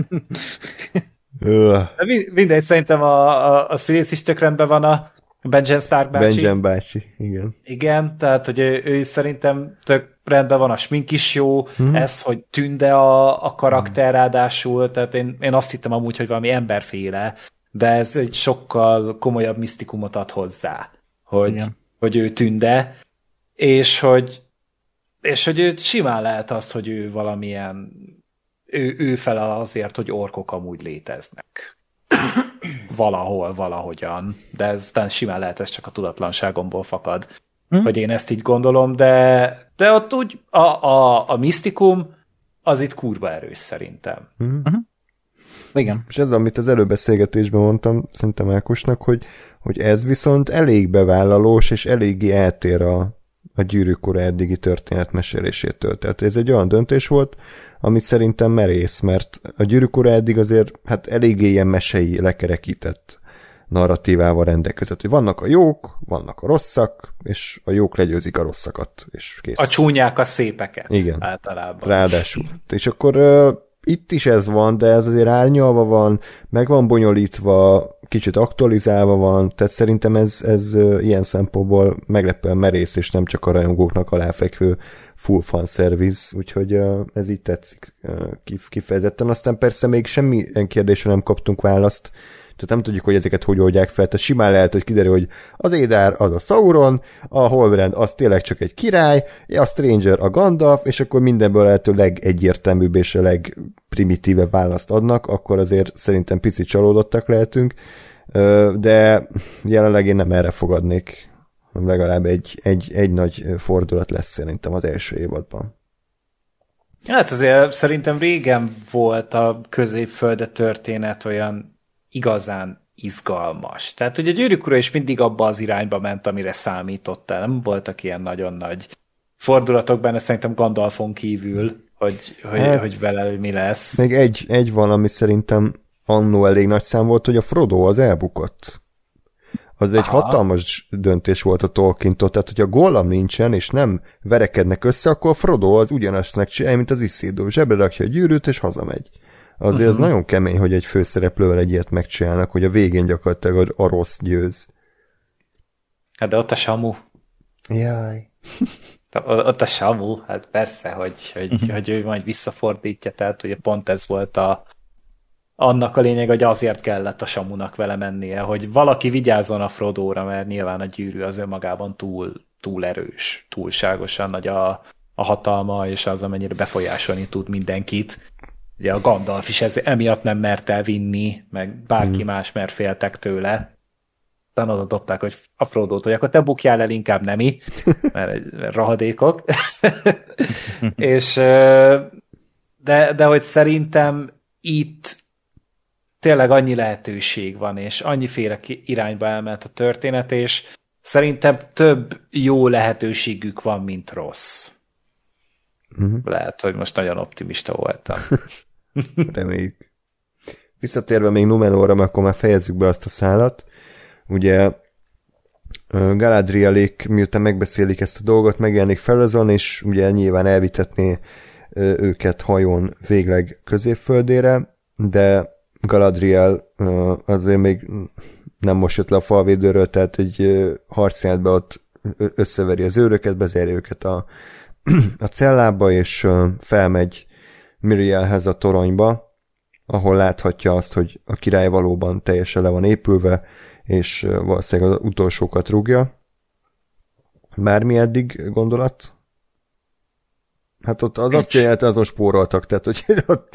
Mindegy, szerintem a, a, a színész is tök rendben van, a Benjen Stark bácsi. Benjen bácsi, igen. Igen, tehát hogy ő, ő is szerintem tök rendben van, a smink is jó, hmm. ez, hogy tünde a, a karakter ráadásul, tehát én, én azt hittem amúgy, hogy valami emberféle, de ez egy sokkal komolyabb misztikumot ad hozzá, hogy, hogy ő Tünde, és hogy, és hogy ő simán lehet azt, hogy ő valamilyen, ő, ő felel azért, hogy orkok amúgy léteznek. Valahol, valahogyan. De ez talán simán lehet, ez csak a tudatlanságomból fakad, hm? hogy én ezt így gondolom, de, de ott úgy a, a, a misztikum az itt kurva erős szerintem. Uh-huh. Uh-huh. Igen. És ez, amit az előbb beszélgetésben mondtam, szerintem Ákosnak, hogy, hogy ez viszont elég bevállalós, és eléggé eltér a, a Gyűrűk Ura eddigi történetmesélésétől. Tehát ez egy olyan döntés volt, ami szerintem merész, mert a Gyűrűk Ura eddig azért hát eléggé ilyen mesei, lekerekített narratívával rendelkezett, hogy vannak a jók, vannak a rosszak, és a jók legyőzik a rosszakat, és kész. A csúnyák a szépeket. Igen. Általában. Ráadásul. És akkor uh, itt is ez van, de ez azért árnyalva van, meg van bonyolítva, kicsit aktualizálva van, tehát szerintem ez, ez uh, ilyen szempontból meglepően merész, és nem csak a rajongóknak aláfekvő full fan service, úgyhogy uh, ez így tetszik uh, kifejezetten. Aztán persze még semmilyen kérdésre nem kaptunk választ, tehát nem tudjuk, hogy ezeket hogy oldják fel, tehát simán lehet, hogy kiderül, hogy az Édár az a Sauron, a Halbrand az tényleg csak egy király, a Stranger a Gandalf, és akkor mindenből lehető legegyértelműbb és a legprimitívebb választ adnak, akkor azért szerintem picit csalódottak lehetünk, de jelenleg én nem erre fogadnék. Legalább egy, egy, egy nagy fordulat lesz szerintem az első évadban. Hát azért szerintem régen volt a Középfölde történet olyan igazán izgalmas. Tehát ugye a Gyűrűk Ura is mindig abba az irányba ment, amire számítottál. Nem voltak ilyen nagyon nagy fordulatok benne, szerintem Gandalfon kívül, hogy, hogy, hát, hogy vele mi lesz. Még egy, egy van, ami szerintem annó elég nagy szám volt, hogy a Frodo az elbukott. Az egy Aha. hatalmas döntés volt a Tolkien-tól, tehát hogyha Gollum nincsen, és nem verekednek össze, akkor Frodo az ugyanazt megcsinálja, mint az Isildur. Zsebre rakja a gyűrűt, és hazamegy. Azért uh-huh. ez nagyon kemény, hogy egy főszereplővel egy ilyet megcsinálnak, hogy a végén gyakorlatilag a rossz győz. Hát de ott a Samu. Jaj. Ott a Samu, hát persze, hogy, hogy, uh-huh. hogy ő majd visszafordítja, tehát ugye pont ez volt a, annak a lényeg, hogy azért kellett a Samunak vele mennie, hogy valaki vigyázzon a Frodóra, mert nyilván a gyűrű az önmagában túl, túl erős, túlságosan nagy a, a hatalma, és az, amennyire befolyásolni tud mindenkit. Ugye a Gandalf is ez, emiatt nem mert elvinni, meg bárki mm. más, mert féltek tőle. Aztán oda dobták, hogy a Frodót, hogy akkor te bukjál el, inkább nemi, mert, mert rahadékok. És, de, de hogy szerintem itt tényleg annyi lehetőség van, és annyiféle irányba elment a történet, és szerintem több jó lehetőségük van, mint rossz. Uh-huh. Lehet, hogy most nagyon optimista voltam. Reméljük. Visszatérve még Numenorra, mert akkor már fejezzük be azt a szállat. Ugye Galadrielék, miután megbeszélik ezt a dolgot, megjelenik Pharazôn, és ugye nyilván elvitetné őket hajón végleg Középföldére, de Galadriel azért még nem most jött le a falvédőről, tehát egy harcjátba ott összeveri az őröket, bezárja őket a, a cellába, és felmegy Mirielhez a toronyba, ahol láthatja azt, hogy a király valóban teljesen le van épülve, és valószínűleg az utolsókat rúgja. Bármi eddig gondolat? Hát ott az akcióját azon spóroltak, tehát hogy ott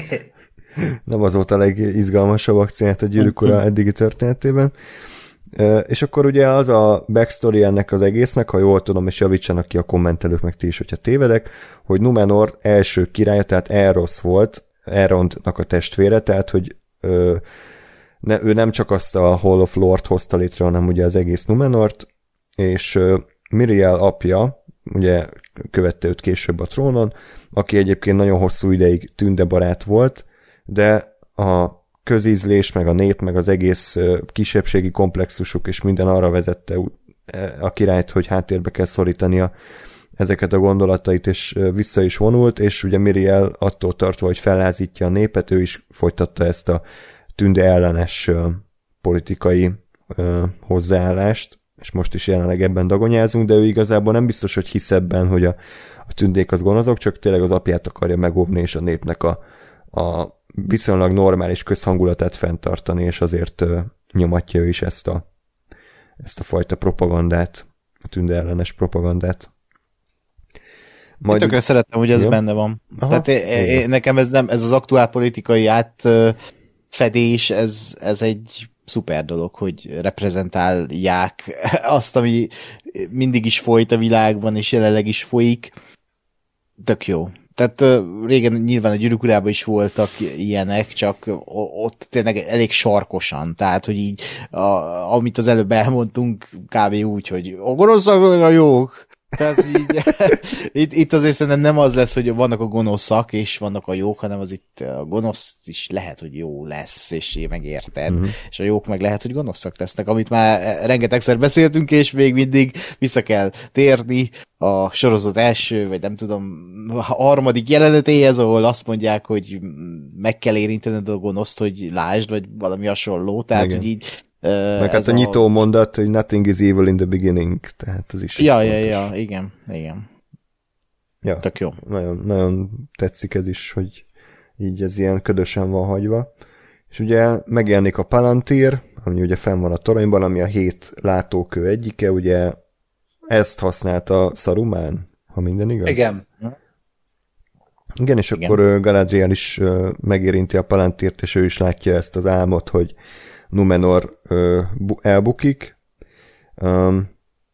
nem az volt a legizgalmasabb akcióját a Gyűrűk Ura eddigi történetében. És akkor ugye az a backstory ennek az egésznek, ha jól tudom, és javítsanak ki a kommentelők, meg ti is, hogyha tévedek, hogy Numenor első királya, tehát Elros volt, Elrondnak a testvére, tehát hogy ö, ne, ő nem csak azt a Hall of Lord hozta létre, hanem ugye az egész Numenort, és ö, Miriel apja, ugye követte őt később a trónon, aki egyébként nagyon hosszú ideig Tünde barát volt, de a közízlés, meg a nép, meg az egész kisebbségi komplexusok és minden arra vezette a királyt, hogy háttérbe kell szorítania ezeket a gondolatait, és vissza is vonult, és ugye Miriel attól tartva, hogy fellázítja a népet, ő is folytatta ezt a Tünde ellenes politikai hozzáállást, és most is jelenleg ebben dagonyázunk, de ő igazából nem biztos, hogy hisz ebben, hogy a, a tündék az gonoszok, csak tényleg az apját akarja megóvni, és a népnek a, a viszonylag normális közhangulatát fenntartani, és azért uh, nyomatja ő is ezt a, ezt a fajta propagandát. a tünde ellenes propagandát. Majd... Én tökre szeretem, hogy ez ja. benne van. Aha. Tehát é, é, nekem ez nem, ez az aktuál politikai átfedés, ez, ez egy szuper dolog, hogy reprezentálják azt, ami mindig is folyt a világban, és jelenleg is folyik. Tök jó. Tehát uh, régen nyilván a Gyűrűk Urában is voltak ilyenek, csak ott tényleg elég sarkosan, tehát, hogy így, a, amit az előbb elmondtunk, kb. Úgy, hogy a gonoszak a jók. Tehát így, itt, itt azért szerintem nem az lesz, hogy vannak a gonoszak, és vannak a jók, hanem az itt a gonosz is lehet, hogy jó lesz, és megérted, uh-huh. és a jók meg lehet, hogy gonoszak lesznek, amit már rengetegszer beszéltünk, és még mindig vissza kell térni a sorozat első, vagy nem tudom, a harmadik jelenetéhez, ahol azt mondják, hogy meg kell érintened a gonoszt, hogy lásd, vagy valami hasonló, tehát, igen. hogy így Uh, meg hát a nyitó a... mondat, hogy nothing is evil in the beginning, tehát ez is ja, ja, ja, igen, igen. Ja, tök jó. Nagyon, nagyon tetszik ez is, hogy így ez ilyen ködösen van hagyva. És ugye megjelenik a Palantir, ami ugye fenn van a toronyban, ami a hét látókő egyike, ugye ezt használta Saruman, ha minden igaz? Igen. Igen, és igen. Akkor Galadriel is megérinti a Palantirt, és ő is látja ezt az álmot, hogy Numenor ö, bu- elbukik. Um,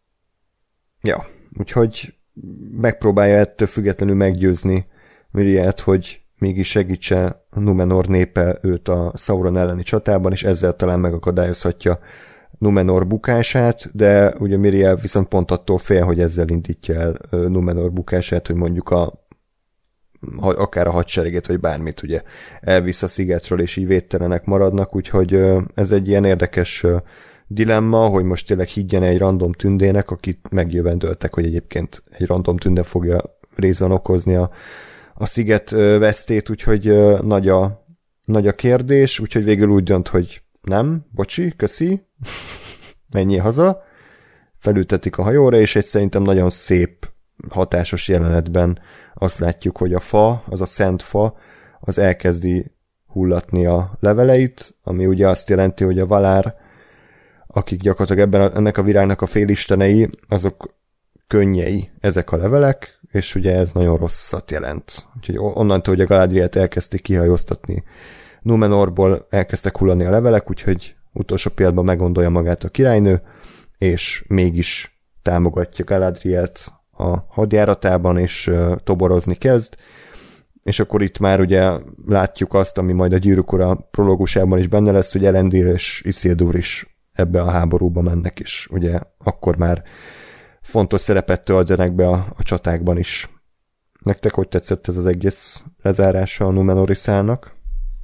ja, úgyhogy megpróbálja ettől függetlenül meggyőzni Mirielt, hogy mégis segítse Numenor népe őt a Sauron elleni csatában, és ezzel talán megakadályozhatja Numenor bukását, de ugye Miriel viszont pont attól fél, hogy ezzel indítja el Numenor bukását, hogy mondjuk a akár a hadseregét, vagy bármit ugye elvisz a szigetről, és így védtelenek maradnak, úgyhogy ez egy ilyen érdekes dilemma, hogy most tényleg higgyen egy random tündének, akit megjövendöltek, hogy egyébként egy random tünde fogja részben okozni a, a sziget vesztét, úgyhogy nagy a, nagy a kérdés, úgyhogy végül úgy dönt, hogy nem, bocsi, köszi, menjél haza, felültetik a hajóra, és egy szerintem nagyon szép hatásos jelenetben azt látjuk, hogy a fa, az a szent fa, az elkezdi hullatni a leveleit, ami ugye azt jelenti, hogy a Valar, akik gyakorlatilag ebben a, ennek a virágnak a félistenei, azok könnyei ezek a levelek, és ugye ez nagyon rosszat jelent. Úgyhogy onnantól, hogy a Galadrielt elkezdték kihajóztatni Numenorból, elkezdtek hullani a levelek, úgyhogy utolsó pillanatban meggondolja magát a királynő, és mégis támogatja Galadrielt a hadjáratában, és uh, toborozni kezd, és akkor itt már ugye látjuk azt, ami majd a Gyűrűk Ura prológusában is benne lesz, hogy Elendil és Isildur is ebbe a háborúba mennek, és ugye akkor már fontos szerepet töltenek be a, a csatákban is. Nektek hogy tetszett ez az egész lezárása a Númenóri szálnak?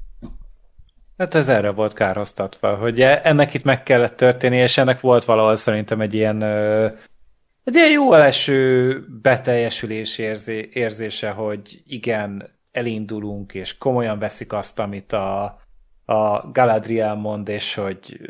Hát ez erre volt kárhoztatva, hogy ennek itt meg kellett történni, és ennek volt valahol szerintem egy ilyen egy ilyen jó eleső beteljesülés érzé, érzése, hogy igen, elindulunk, és komolyan veszik azt, amit a, a Galadriel mond, és hogy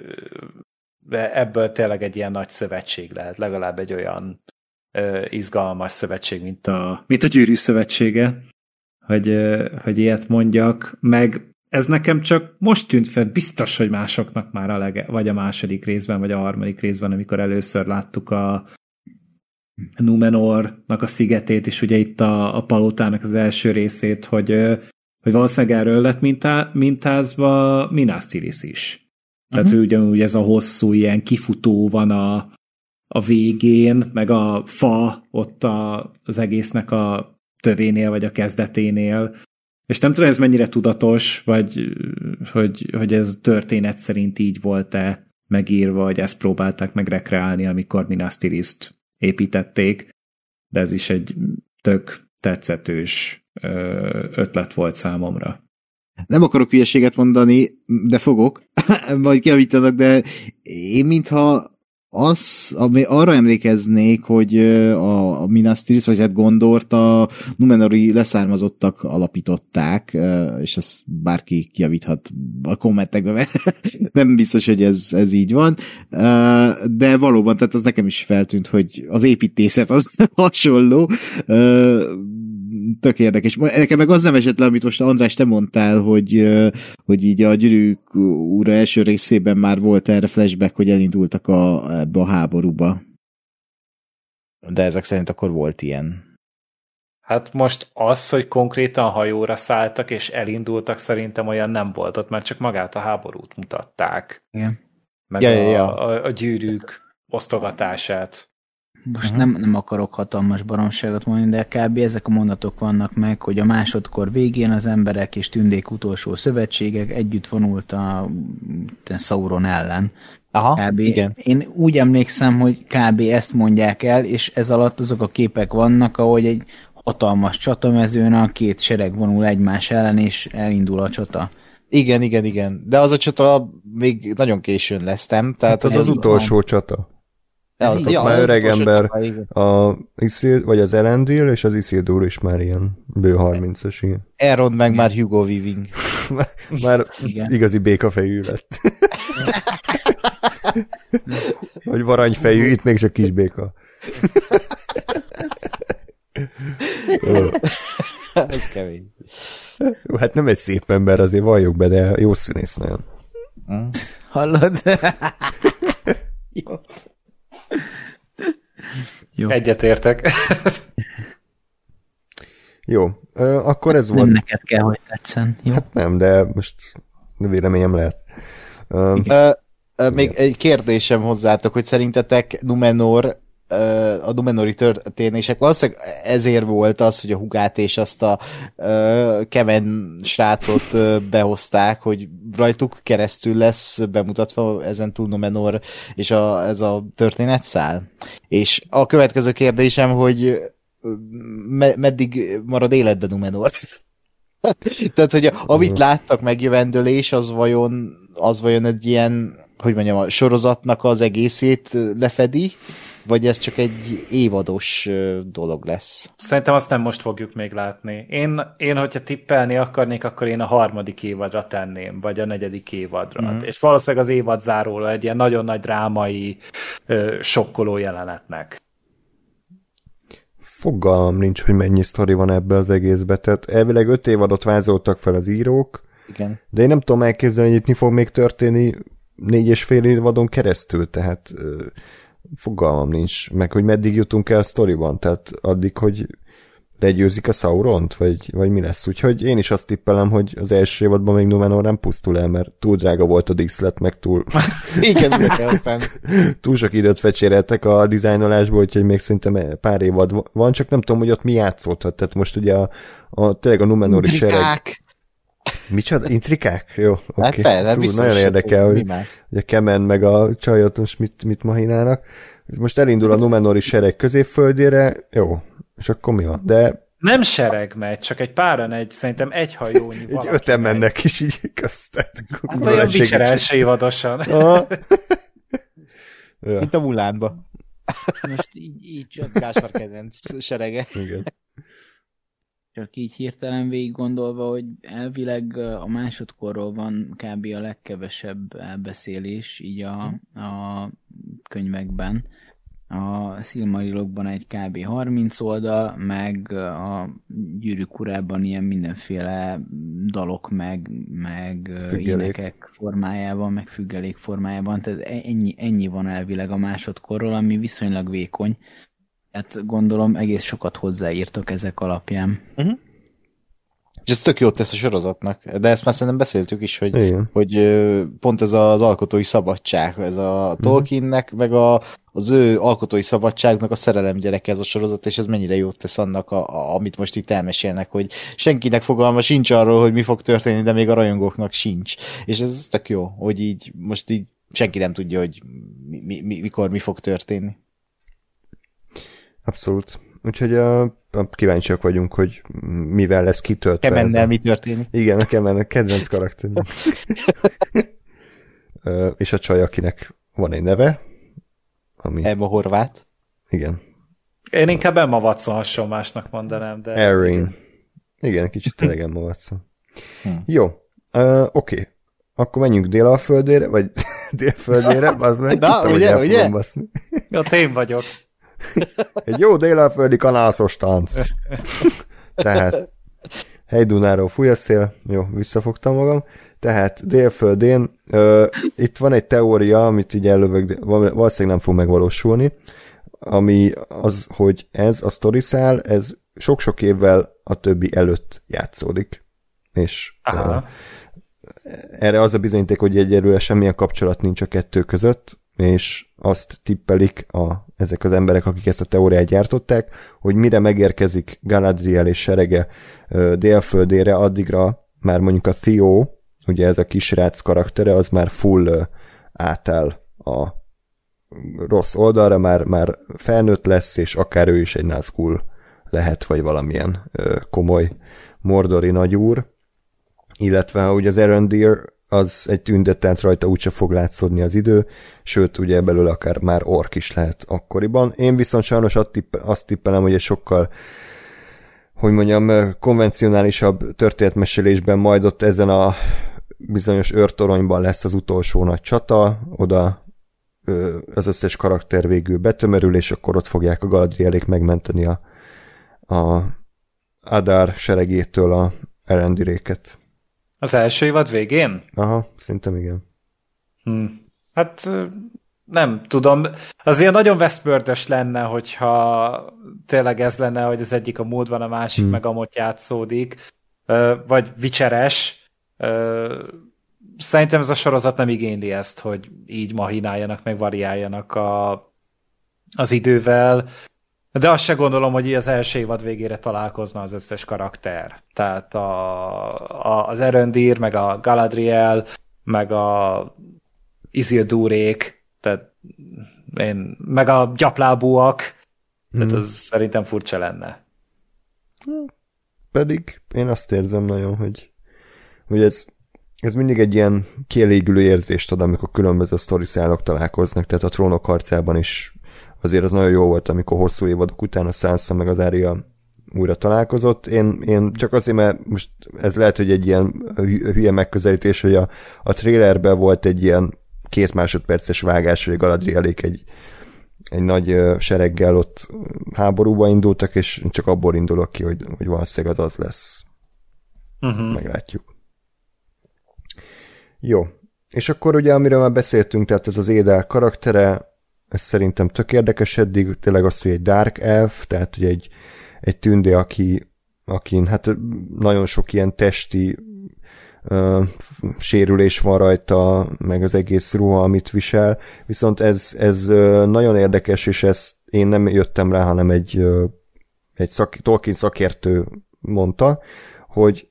ebből tényleg egy ilyen nagy szövetség lehet, legalább egy olyan ö, izgalmas szövetség, mint a, mint a Gyűrű Szövetsége, hogy, ö, hogy ilyet mondjak, meg ez nekem csak most tűnt fel, biztos, hogy másoknak már a lege, vagy a második részben, vagy a harmadik részben, amikor először láttuk a Númenornak a szigetét, és ugye itt a, a palotának az első részét, hogy, hogy valószínűleg erről lett mintá, mintázva Minas Tirith is. Tehát uh-huh. ugyanúgy ez a hosszú ilyen kifutó van a, a végén, meg a fa ott a, az egésznek a tövénél, vagy a kezdeténél. És nem tudom, ez mennyire tudatos, vagy hogy, hogy ez történet szerint így volt-e megírva, vagy ezt próbálták meg rekreálni, amikor Minas Tirith-t építették, de ez is egy tök tetszetős ötlet volt számomra. Nem akarok hülyeséget mondani, de fogok, majd kiavítanak, de én mintha az, ami, arra emlékeznék, hogy a, a Minas Tirith, vagy hát Gondort a Númenori leszármazottak alapították, és ezt bárki kiavíthat a kommentekben, mert nem biztos, hogy ez, ez így van, de valóban, tehát az nekem is feltűnt, hogy az építészet az hasonló, tök érdekes. Nekem meg az nem esett le, amit most András te mondtál, hogy, hogy így a Gyűrűk Ura első részében már volt erre flashback, hogy elindultak a, ebbe a háborúba. de ezek szerint akkor volt ilyen. Hát most az, hogy konkrétan hajóra szálltak és elindultak, szerintem olyan nem volt ott, mert csak magát a háborút mutatták. Igen. Meg ja, a, ja, ja. A, a gyűrűk osztogatását. Most uh-huh. nem, nem akarok hatalmas baromságot mondani, de kb. Ezek a mondatok vannak meg, hogy a másodkor végén az emberek és tündék utolsó szövetségek együtt vonult a Sauron ellen. Aha, kb. Igen. Én úgy emlékszem, hogy kb. Ezt mondják el, és ez alatt azok a képek vannak, ahogy egy hatalmas csatamezőn a két sereg vonul egymás ellen, és elindul a csata. Igen, igen, igen. De az a csata még nagyon későn lesz, nem? Tehát, hát az az utolsó van. Csata. Ez így, ja, már öreg ember, csata, a Isil, vagy az Elendil, és az Isildur is már ilyen bő harmincas, igen. Elrond meg igen. Már Hugo Weaving. már már igazi békafejű lett. Vagy varanyfejű, itt még csak kis béka. Ez kemény. Hát nem egy szép ember, azért valljuk be, de jó színész nagyon. Mm. Hallod? Jó. Jó. Egyetértek. Jó, akkor ez nem volt. Nem neked kell, hogy tetszen. Jó? Hát nem, de most véleményem lehet. Uh, uh, még egy kérdésem hozzátok, hogy szerintetek Numenor, uh, a Numenori történések valószínűleg ezért volt az, hogy a hugát és azt a uh, kemen srácot uh, behozták, hogy rajtuk keresztül lesz bemutatva ezen túl Numenor és a, ez a történetszál. És a következő kérdésem, hogy me- meddig marad életben Numenor? Tehát, hogy amit láttak megjövendőlés, az vajon, az vajon egy ilyen, hogy mondjam, a sorozatnak az egészét lefedi, vagy ez csak egy évados dolog lesz? Szerintem azt nem most fogjuk még látni. Én, én hogyha tippelni akarnék, akkor én a harmadik évadra tenném, vagy a negyedik évadra. Mm. És valószínűleg az évad záróla egy ilyen nagyon nagy drámai, sokkoló jelenetnek. Fogalmam nincs, hogy mennyi sztori van ebbe az egészbe. Tehát elvileg öt évadot vázoltak fel az írók, igen. De én nem tudom elképzelni, hogy mi fog még történni négy és fél évadon keresztül, tehát uh, fogalmam nincs, meg hogy meddig jutunk el a sztoriban, tehát addig, hogy legyőzik a Sauront, vagy, vagy mi lesz. Úgyhogy én is azt tippelem, hogy az első évadban még Numenor nem pusztul el, mert túl drága volt a díszlet, meg túl... Igen, túl sok időt fecséreltek a dizájnolásból, úgyhogy még szerintem pár évad van, csak nem tudom, hogy ott mi játszódhat. Tehát most ugye a, a tényleg a Numenori sereg... Micsoda? Intrikák? Jó, oké. Okay. Hát Szú, nagyon érdekel, hogy, hogy a Kemen meg a csajot most mit, mit mahinálnak. Most elindul a Numenori sereg középföldére, jó, és akkor mi van? De... Nem sereg megy, csak egy páran egy, szerintem egy hajónyi valaki. Egy öten mennek is így köztet. Hát olyan Witcher első évadosan. Mint a Mulánba. Most így, így csak Gáspár kedvenc serege. Igen. Csak így hirtelen végig gondolva, hogy elvileg a másodkorról van kb. A legkevesebb elbeszélés így a, a könyvekben. A Silmarillokban egy kb. harminc oldal, meg a Gyűrűk urában ilyen mindenféle dalok, meg, meg énekek formájában, meg függelék formájában. Tehát ennyi, ennyi van elvileg a másodkorról, ami viszonylag vékony. Hát gondolom egész sokat hozzáírtok ezek alapján. Uh-huh. És ez tök jót tesz a sorozatnak, de ezt már szerintem beszéltük is, hogy, hogy pont ez az alkotói szabadság, ez a Tolkiennek, uh-huh. meg a, az ő alkotói szabadságnak a szerelem gyereke ez a sorozat, és ez mennyire jót tesz annak, a, a, amit most itt elmesélnek, hogy senkinek fogalma sincs arról, hogy mi fog történni, de még a rajongóknak sincs. És ez tök jó, hogy így most így senki nem tudja, hogy mi, mi, mi, mikor mi fog történni. Abszolút. Úgyhogy a, a kíváncsiak vagyunk, hogy mivel lesz kitöltve. Kemennel mi történik. Igen, a Kemennek kedvenc karakter. És a csaj, akinek van egy neve. Ami... Emma Horváth. Igen. Én inkább Emma Watson hasonlásnak mondanám, de... Erin. Igen, kicsit tényleg Emma Watson. Hm. Jó, uh, oké. Okay. Akkor menjünk Délalföldére, vagy Délföldére, az meg Na, tudtam, ugye, hogy ugye? Baszni. Ott én vagyok. Egy jó délalföldi kanászos tánc. Tehát Hegydunáról fúj a szél, jó, visszafogtam magam. Tehát Délföldén uh, itt van egy teória, amit így ellövök, valószínűleg nem fog megvalósulni. ami az, hogy ez a sztoriszál, ez sok-sok évvel a többi előtt játszódik. És uh, erre az a bizonyíték, hogy egyelőre semmilyen kapcsolat nincs a kettő között, és azt tippelik a, ezek az emberek, akik ezt a teóriát gyártották, hogy mire megérkezik Galadriel és serege uh, délföldére, addigra már mondjuk a Theo, ugye ez a kisrác karaktere, az már full uh, átáll a rossz oldalra, már, már felnőtt lesz, és akár ő is egy Nazgul lehet, vagy valamilyen uh, komoly mordori nagyúr, illetve ugye az Arondir az egy tündet, tehát rajta úgyse fog látszódni az idő, sőt, ugye belőle akár már ork is lehet akkoriban. Én viszont sajnos azt tippelem, hogy egy sokkal, hogy mondjam, konvencionálisabb történetmesélésben majd ott ezen a bizonyos őrtoronyban lesz az utolsó nagy csata, oda az összes karakter végül betömörül, és akkor ott fogják a Galadrielék megmenteni a, a Adar seregétől a Arondiréket. Az első évad végén? Aha, szerintem igen. Hm. Hát nem tudom. Azért nagyon Westworld-ös lenne, hogyha tényleg ez lenne, hogy az egyik a múltban, a másik hm. meg amott játszódik. Vagy Witcheres. Szerintem ez a sorozat nem igényli ezt, hogy így mahináljanak, meg variáljanak a, az idővel. De azt se gondolom, hogy az első évad végére találkozna az összes karakter. Tehát a, a, az Arondir, meg a Galadriel, meg a Isildúrék, tehát én, meg a gyaplábúak, hmm. tehát az szerintem furcsa lenne. Pedig én azt érzem nagyon, hogy, hogy ez, ez mindig egy ilyen kielégülő érzést ad, amikor különböző sztoriszálok találkoznak, tehát a Trónok harcában is azért az nagyon jó volt, amikor hosszú évadok után a Sansa meg az Arya újra találkozott. Én, én csak azért, mert most ez lehet, hogy egy ilyen hülye megközelítés, hogy a, a trailerben volt egy ilyen két másodperces vágás, hogy Galadrielék egy, egy nagy sereggel ott háborúba indultak, és csak abból indulok ki, hogy, hogy valószínűleg az az lesz. Uh-huh. Meglátjuk. Jó. És akkor ugye, amiről már beszéltünk, tehát ez az Édel karaktere, ez szerintem tök érdekes eddig, tényleg az, hogy egy Dark Elf, tehát ugye egy, egy tünde, aki, akin hát nagyon sok ilyen testi uh, sérülés van rajta, meg az egész ruha, amit visel, viszont ez, ez uh, nagyon érdekes, és ezt én nem jöttem rá, hanem egy, uh, egy szak, Tolkien szakértő mondta, hogy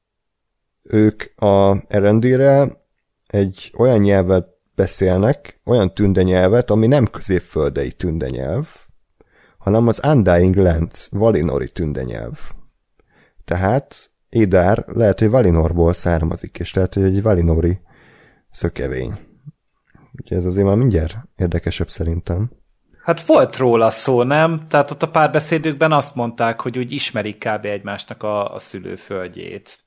ők a Arondirrel egy olyan nyelvet beszélnek, olyan tündenyelvet, ami nem középföldei tündenyelv, hanem az Undying Lands valinori tündenyelv. Tehát Édár lehet, hogy Valinorból származik, és lehet, hogy egy valinori szökevény. Úgyhogy ez azért már mindjárt érdekesebb szerintem. Hát volt róla szó, nem? Tehát ott a párbeszédükben azt mondták, hogy úgy ismerik kb. Egymásnak a, a szülőföldjét.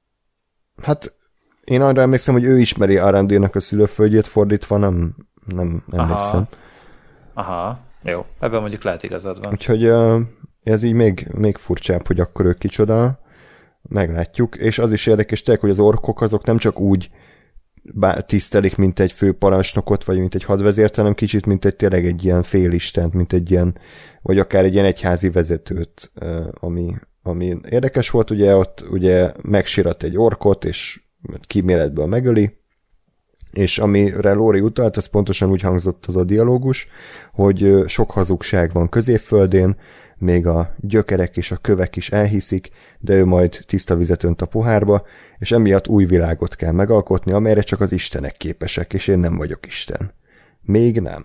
Hát én arra emlékszem, hogy ő ismeri Arondirnak a szülőföldjét, fordítva nem, nem emlékszem. Aha. Aha, jó. Ebben mondjuk lehet igazad van. Úgyhogy ez így még, még furcsább, hogy akkor ő kicsoda. Meglátjuk. És az is érdekes tényleg, hogy az orkok azok nem csak úgy tisztelik, mint egy főparancsnokot, vagy mint egy hadvezért, hanem kicsit, mint egy tényleg egy ilyen félistent, mint egy ilyen, vagy akár egy ilyen egyházi vezetőt, ami, ami érdekes volt, ugye ott ugye megsirat egy orkot, és kíméletből megöli, és amire Lóri utalt, az pontosan úgy hangzott az a dialógus, hogy sok hazugság van Középföldén, még a gyökerek és a kövek is elhiszik, de ő majd tiszta vizet önt a pohárba, és emiatt új világot kell megalkotni, amelyre csak az istenek képesek, és én nem vagyok Isten. Még nem.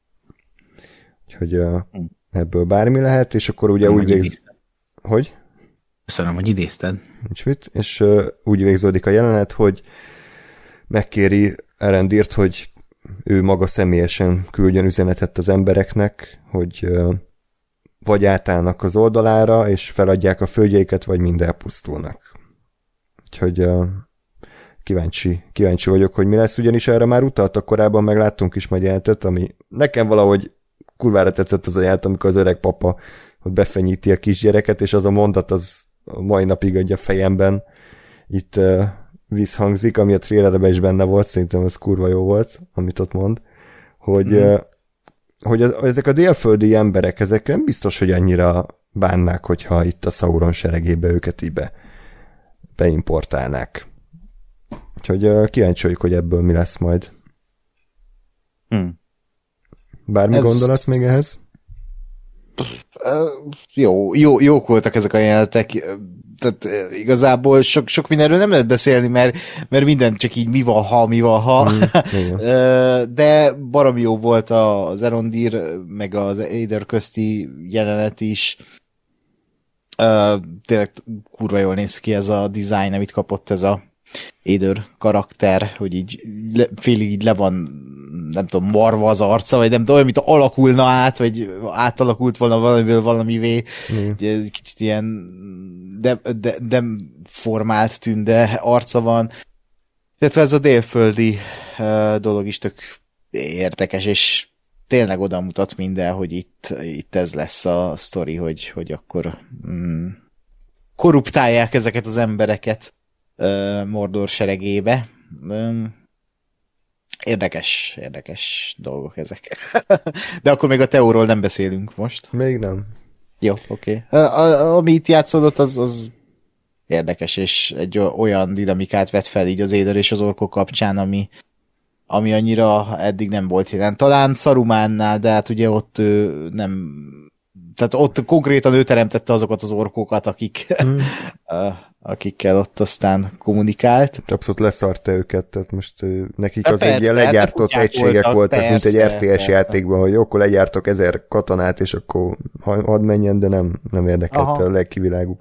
Úgyhogy ebből bármi lehet, és akkor ugye úgy végz... Hogy? Köszönöm, hogy idézted. Nincs mit. És uh, úgy végződik a jelenet, hogy megkéri Arondirt, hogy ő maga személyesen küldjön üzenetet az embereknek, hogy uh, vagy átállnak az oldalára, és feladják a földjeiket, vagy mind elpusztulnak. Úgyhogy uh, kíváncsi, kíváncsi vagyok, hogy mi lesz, ugyanis erre már utaltak korábban, meg láttunk is majd jelentet, ami nekem valahogy kurvára tetszett az a jelent, amikor az öreg papa hogy befenyíti a kisgyereket, és az a mondat az a mai napig adja a fejemben itt uh, visszhangzik, ami a trailerben is benne volt, szerintem ez kurva jó volt, amit ott mond, hogy mm. uh, hogy az, ezek a délföldi emberek, ezek nem biztos, hogy annyira bánnák, hogyha itt a Sauron seregébe őket így be, beimportálnák. Úgyhogy uh, kíváncsi vagyok, hogy ebből mi lesz majd. Hmm. Bármi Ez... gondolat még ehhez? Uh, jó, jó, jók voltak ezek a jelenetek, tehát uh, igazából sok, sok mindenről nem lehet beszélni, mert, mert minden csak így mi van, ha, mi van, ha. Mm, uh, de baromi jó volt az Elrondír, meg az Eider közti jelenet is. Uh, tényleg kurva jól néz ki ez a design, amit kapott ez a Eider karakter, hogy így le, félig így le van, nem tudom, marva az arca, vagy nem tudom, olyan, mint alakulna át, vagy átalakult volna valamiből valamivé. Mm. Ugye, kicsit ilyen de, de, de formált tünde arca van. Tehát ez a délföldi uh, dolog is tök érdekes, és tényleg oda mutat minden, hogy itt, itt ez lesz a sztori, hogy, hogy akkor mm, korruptálják ezeket az embereket uh, Mordor seregébe. Um, Érdekes, érdekes dolgok ezek. De akkor még a Teóról nem beszélünk most. Még nem. Jó, oké. Okay. Ami itt játszódott, az, az érdekes, és egy olyan dinamikát vett fel így az Eider és az orkok kapcsán, ami, ami annyira eddig nem volt jelen. Talán Sarumánnál, de hát ugye ott ő nem... Tehát ott konkrétan ő teremtette azokat az orkokat, akik... Hmm. akikkel ott aztán kommunikált. Abszolút leszarta őket, tehát most nekik az egy ilyen legyártott egységek voltak, voltak persze, mint egy er té es persze. játékban, hogy akkor legyártok ezer katonát, és akkor hadd menjen, de nem, nem érdekelte a legkivilágúbb.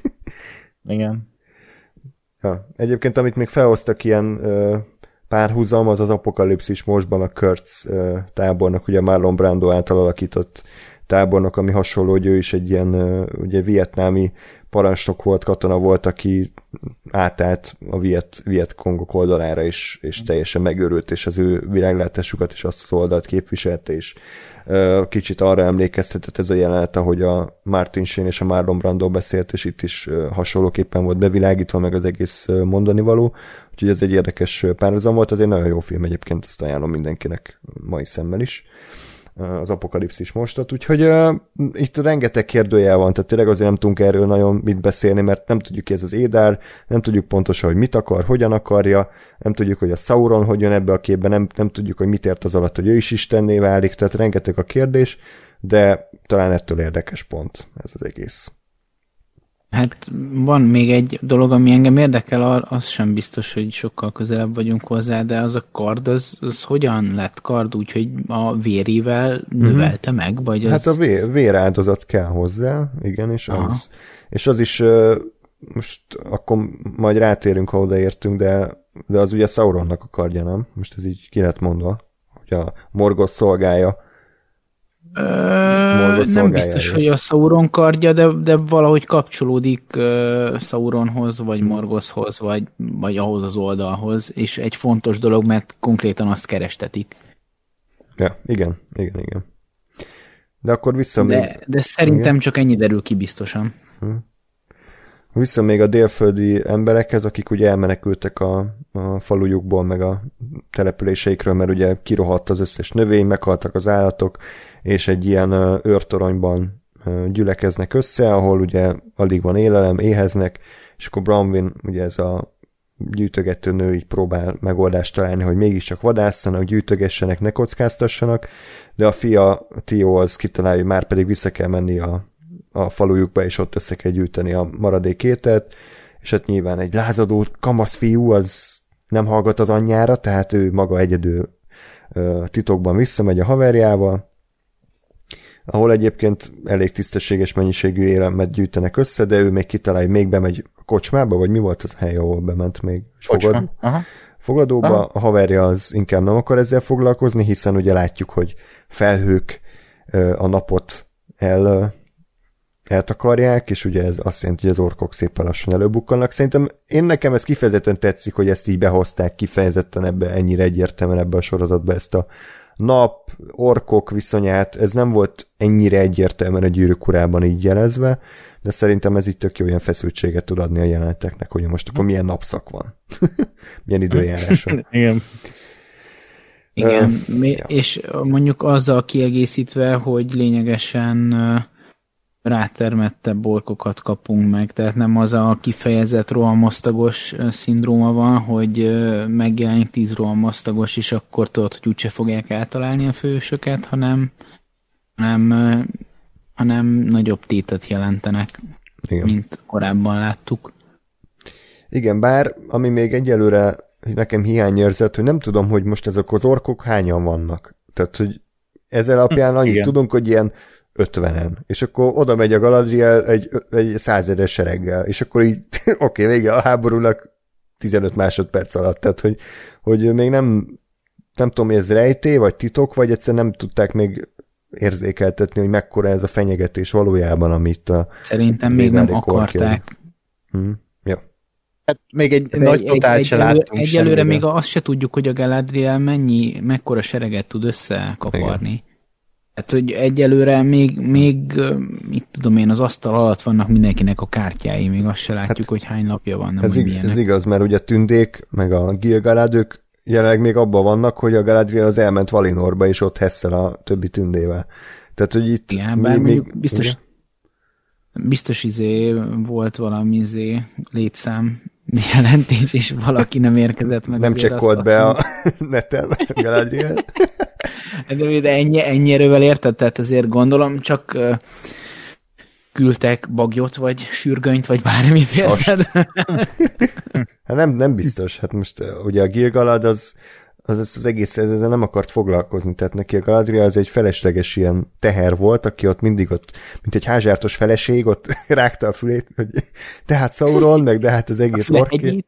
Igen. Ja. Egyébként, amit még felhoztak ilyen uh, párhuzam, az az Apokalipszis mostban a Kurtz uh, tábornak, ugye Marlon Brando által alakított tábornok, ami hasonló, hogy ő is egy ilyen uh, ugye vietnámi parancsnok volt, katona volt, aki átállt a Viet, Viet Kongok oldalára, és, és teljesen megőrült, és az ő világlátásukat és azt az oldalt képviselte, és uh, kicsit arra emlékeztetett ez a jelenet, ahogy a Martin Sheen és a Marlon Brando beszélt, és itt is uh, hasonlóképpen volt bevilágítva meg az egész uh, mondani való, úgyhogy ez egy érdekes párhuzam volt, az egy nagyon jó film egyébként, ezt ajánlom mindenkinek mai szemmel is. Az Apokalipszis mostat, úgyhogy uh, itt rengeteg kérdőjel van, tehát tényleg azért nem tudunk erről nagyon mit beszélni, mert nem tudjuk ki ez az Édár, nem tudjuk pontosan, hogy mit akar, hogyan akarja, nem tudjuk, hogy a Sauron hogy jön ebbe a képbe, nem, nem tudjuk, hogy mit ért az alatt, hogy ő is istenné válik, tehát rengeteg a kérdés, de talán ettől érdekes pont ez az egész. Hát van még egy dolog, ami engem érdekel, az sem biztos, hogy sokkal közelebb vagyunk hozzá, de az a kard, az, az hogyan lett kard, úgyhogy a vérével növelte mm-hmm. meg? Vagy az... Hát a vér, véráldozat kell hozzá, igen, és az, és az is, most akkor majd rátérünk, ha odaértünk, de, de az ugye Sauronnak a kardja, nem? Most ez így ki lett mondva, hogy a Morgoth szolgálja. Ö, nem biztos, hogy a Sauron kardja, de, de valahogy kapcsolódik uh, Sauronhoz, vagy Morgothhoz, vagy, vagy ahhoz az oldalhoz, és egy fontos dolog, mert konkrétan azt kerestetik. Ja, igen, igen, igen. De akkor vissza de, még... De szerintem igen? Csak ennyi derül ki biztosan. Hm. Vissza még a délföldi emberekhez, akik ugye elmenekültek a, a falujukból, meg a településeikről, mert ugye kirohadt az összes növény, meghaltak az állatok, és egy ilyen uh, őrtoronyban uh, gyülekeznek össze, ahol ugye alig van élelem, éheznek, és akkor Bronwyn, ugye ez a gyűjtögető nő így próbál megoldást találni, hogy mégiscsak vadászanak, gyűjtögessenek, ne kockáztassanak, de a fia, Tio, az kitalálja, hogy már pedig vissza kell menni a a falujukba, és ott össze kell gyűjteni a maradék ételt, és hát nyilván egy lázadó kamasz fiú az nem hallgat az anyjára, tehát ő maga egyedül uh, titokban visszamegy a haverjával, ahol egyébként elég tisztességes mennyiségű élelmet gyűjtenek össze, de ő még kitalálja, még bemegy a kocsmába, vagy mi volt az hely, ahol bement még? Fogad, fogadóba, Aha. A haverja az inkább nem akar ezzel foglalkozni, hiszen ugye látjuk, hogy felhők uh, a napot el uh, eltakarják, és ugye ez azt jelenti, hogy az orkok szépen lassan előbukkannak. Szerintem én nekem ez kifejezetten tetszik, hogy ezt így behozták kifejezetten ebbe, ennyire egyértelműen ebbe a sorozatba ezt a nap, orkok viszonyát, ez nem volt ennyire egyértelműen a Gyűrűk urában így jelezve, de szerintem ez így tök jó ilyen feszültséget tud adni a jeleneteknek, hogy most akkor milyen napszak van. Milyen időjárás van. Igen. Igen, uh, ja. És mondjuk azzal kiegészítve, hogy lényegesen rátermettebb orkokat kapunk meg, tehát nem az a kifejezett rohamosztagos szindróma van, hogy megjelenik tíz rohamosztagos, és akkor tudod, hogy úgyse fogják eltalálni a fősöket, hanem, hanem, hanem nagyobb tétet jelentenek, igen. mint korábban láttuk. Igen, bár ami még egyelőre nekem hiányérzet, hogy nem tudom, hogy most ezek az orkok hányan vannak. Tehát, hogy ezzel alapján annyit igen. tudunk, hogy ilyen ötvenen. És akkor oda megy a Galadriel egy, egy százeres sereggel. És akkor így, oké, okay, vége a háborúnak tizenöt másodperc alatt. Tehát, hogy, hogy még nem nem tudom, hogy ez rejtély, vagy titok, vagy egyszerűen nem tudták még érzékeltetni, hogy mekkora ez a fenyegetés valójában, amit a... Szerintem még nem akarták. Hmm. Ja. Hát még egy egy nagy totált se láttunk. Egyelőre még azt se tudjuk, hogy a Galadriel mennyi, mekkora sereget tud összekaparni. Igen. Hát, hogy egyelőre még, még, mit tudom én, az asztal alatt vannak mindenkinek a kártyái, még azt se látjuk, hát, hogy hány napja van. Nem ez, ig- ez igaz, mert ugye a Tündék, meg a Gil-galad, ők jelenleg még abban vannak, hogy a Galadriel az elment Valinorba, és ott hesszel a többi tündével. Tehát, hogy itt... Igen, még, még biztos, ugye? biztos izé volt valami izé létszám jelentés, és valaki nem érkezett meg. Nem csekkolt be a neten a Galadriel. De, de ennyi, ennyi erővel érted? Tehát azért gondolom, csak uh, küldtek bagyot, vagy sürgönyt, vagy bármit, érted? Hát nem, nem biztos. Hát most uh, ugye a Gil-galad az, az, az, az egész ezzel nem akart foglalkozni, tehát neki a Galadriel az egy felesleges ilyen teher volt, aki ott mindig ott, mint egy házsártos feleség, ott rágta a fülét, hogy de hát Sauron, meg de hát az egész orké.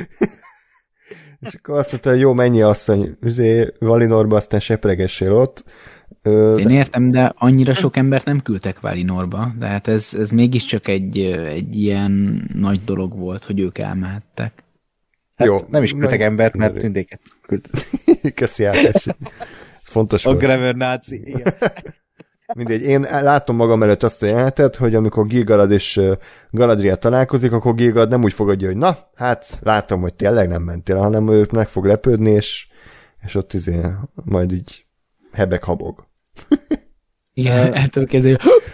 És akkor azt mondta, hogy jó, mennyi asszony, üzé, Valinorba, aztán sepregessél ott. Ö, Én de... értem, de annyira sok embert nem küldtek Valinorba, de hát ez, ez mégiscsak egy, egy ilyen nagy dolog volt, hogy ők elmehettek. Hát jó, nem is küldtek embert, mert tündéket küldtek. Köszi átás. Fontos volt. A Graver náci, igen. Mindegy, én látom magam előtt azt a jelenetet, hogy amikor Gil-galad és Galadriel találkozik, akkor Gil-galad nem úgy fogadja, hogy na, hát látom, hogy tényleg nem mentél, hanem ő meg fog lepődni, és, és ott izé, majd így hebeg-habog. Igen, ettől kezdő.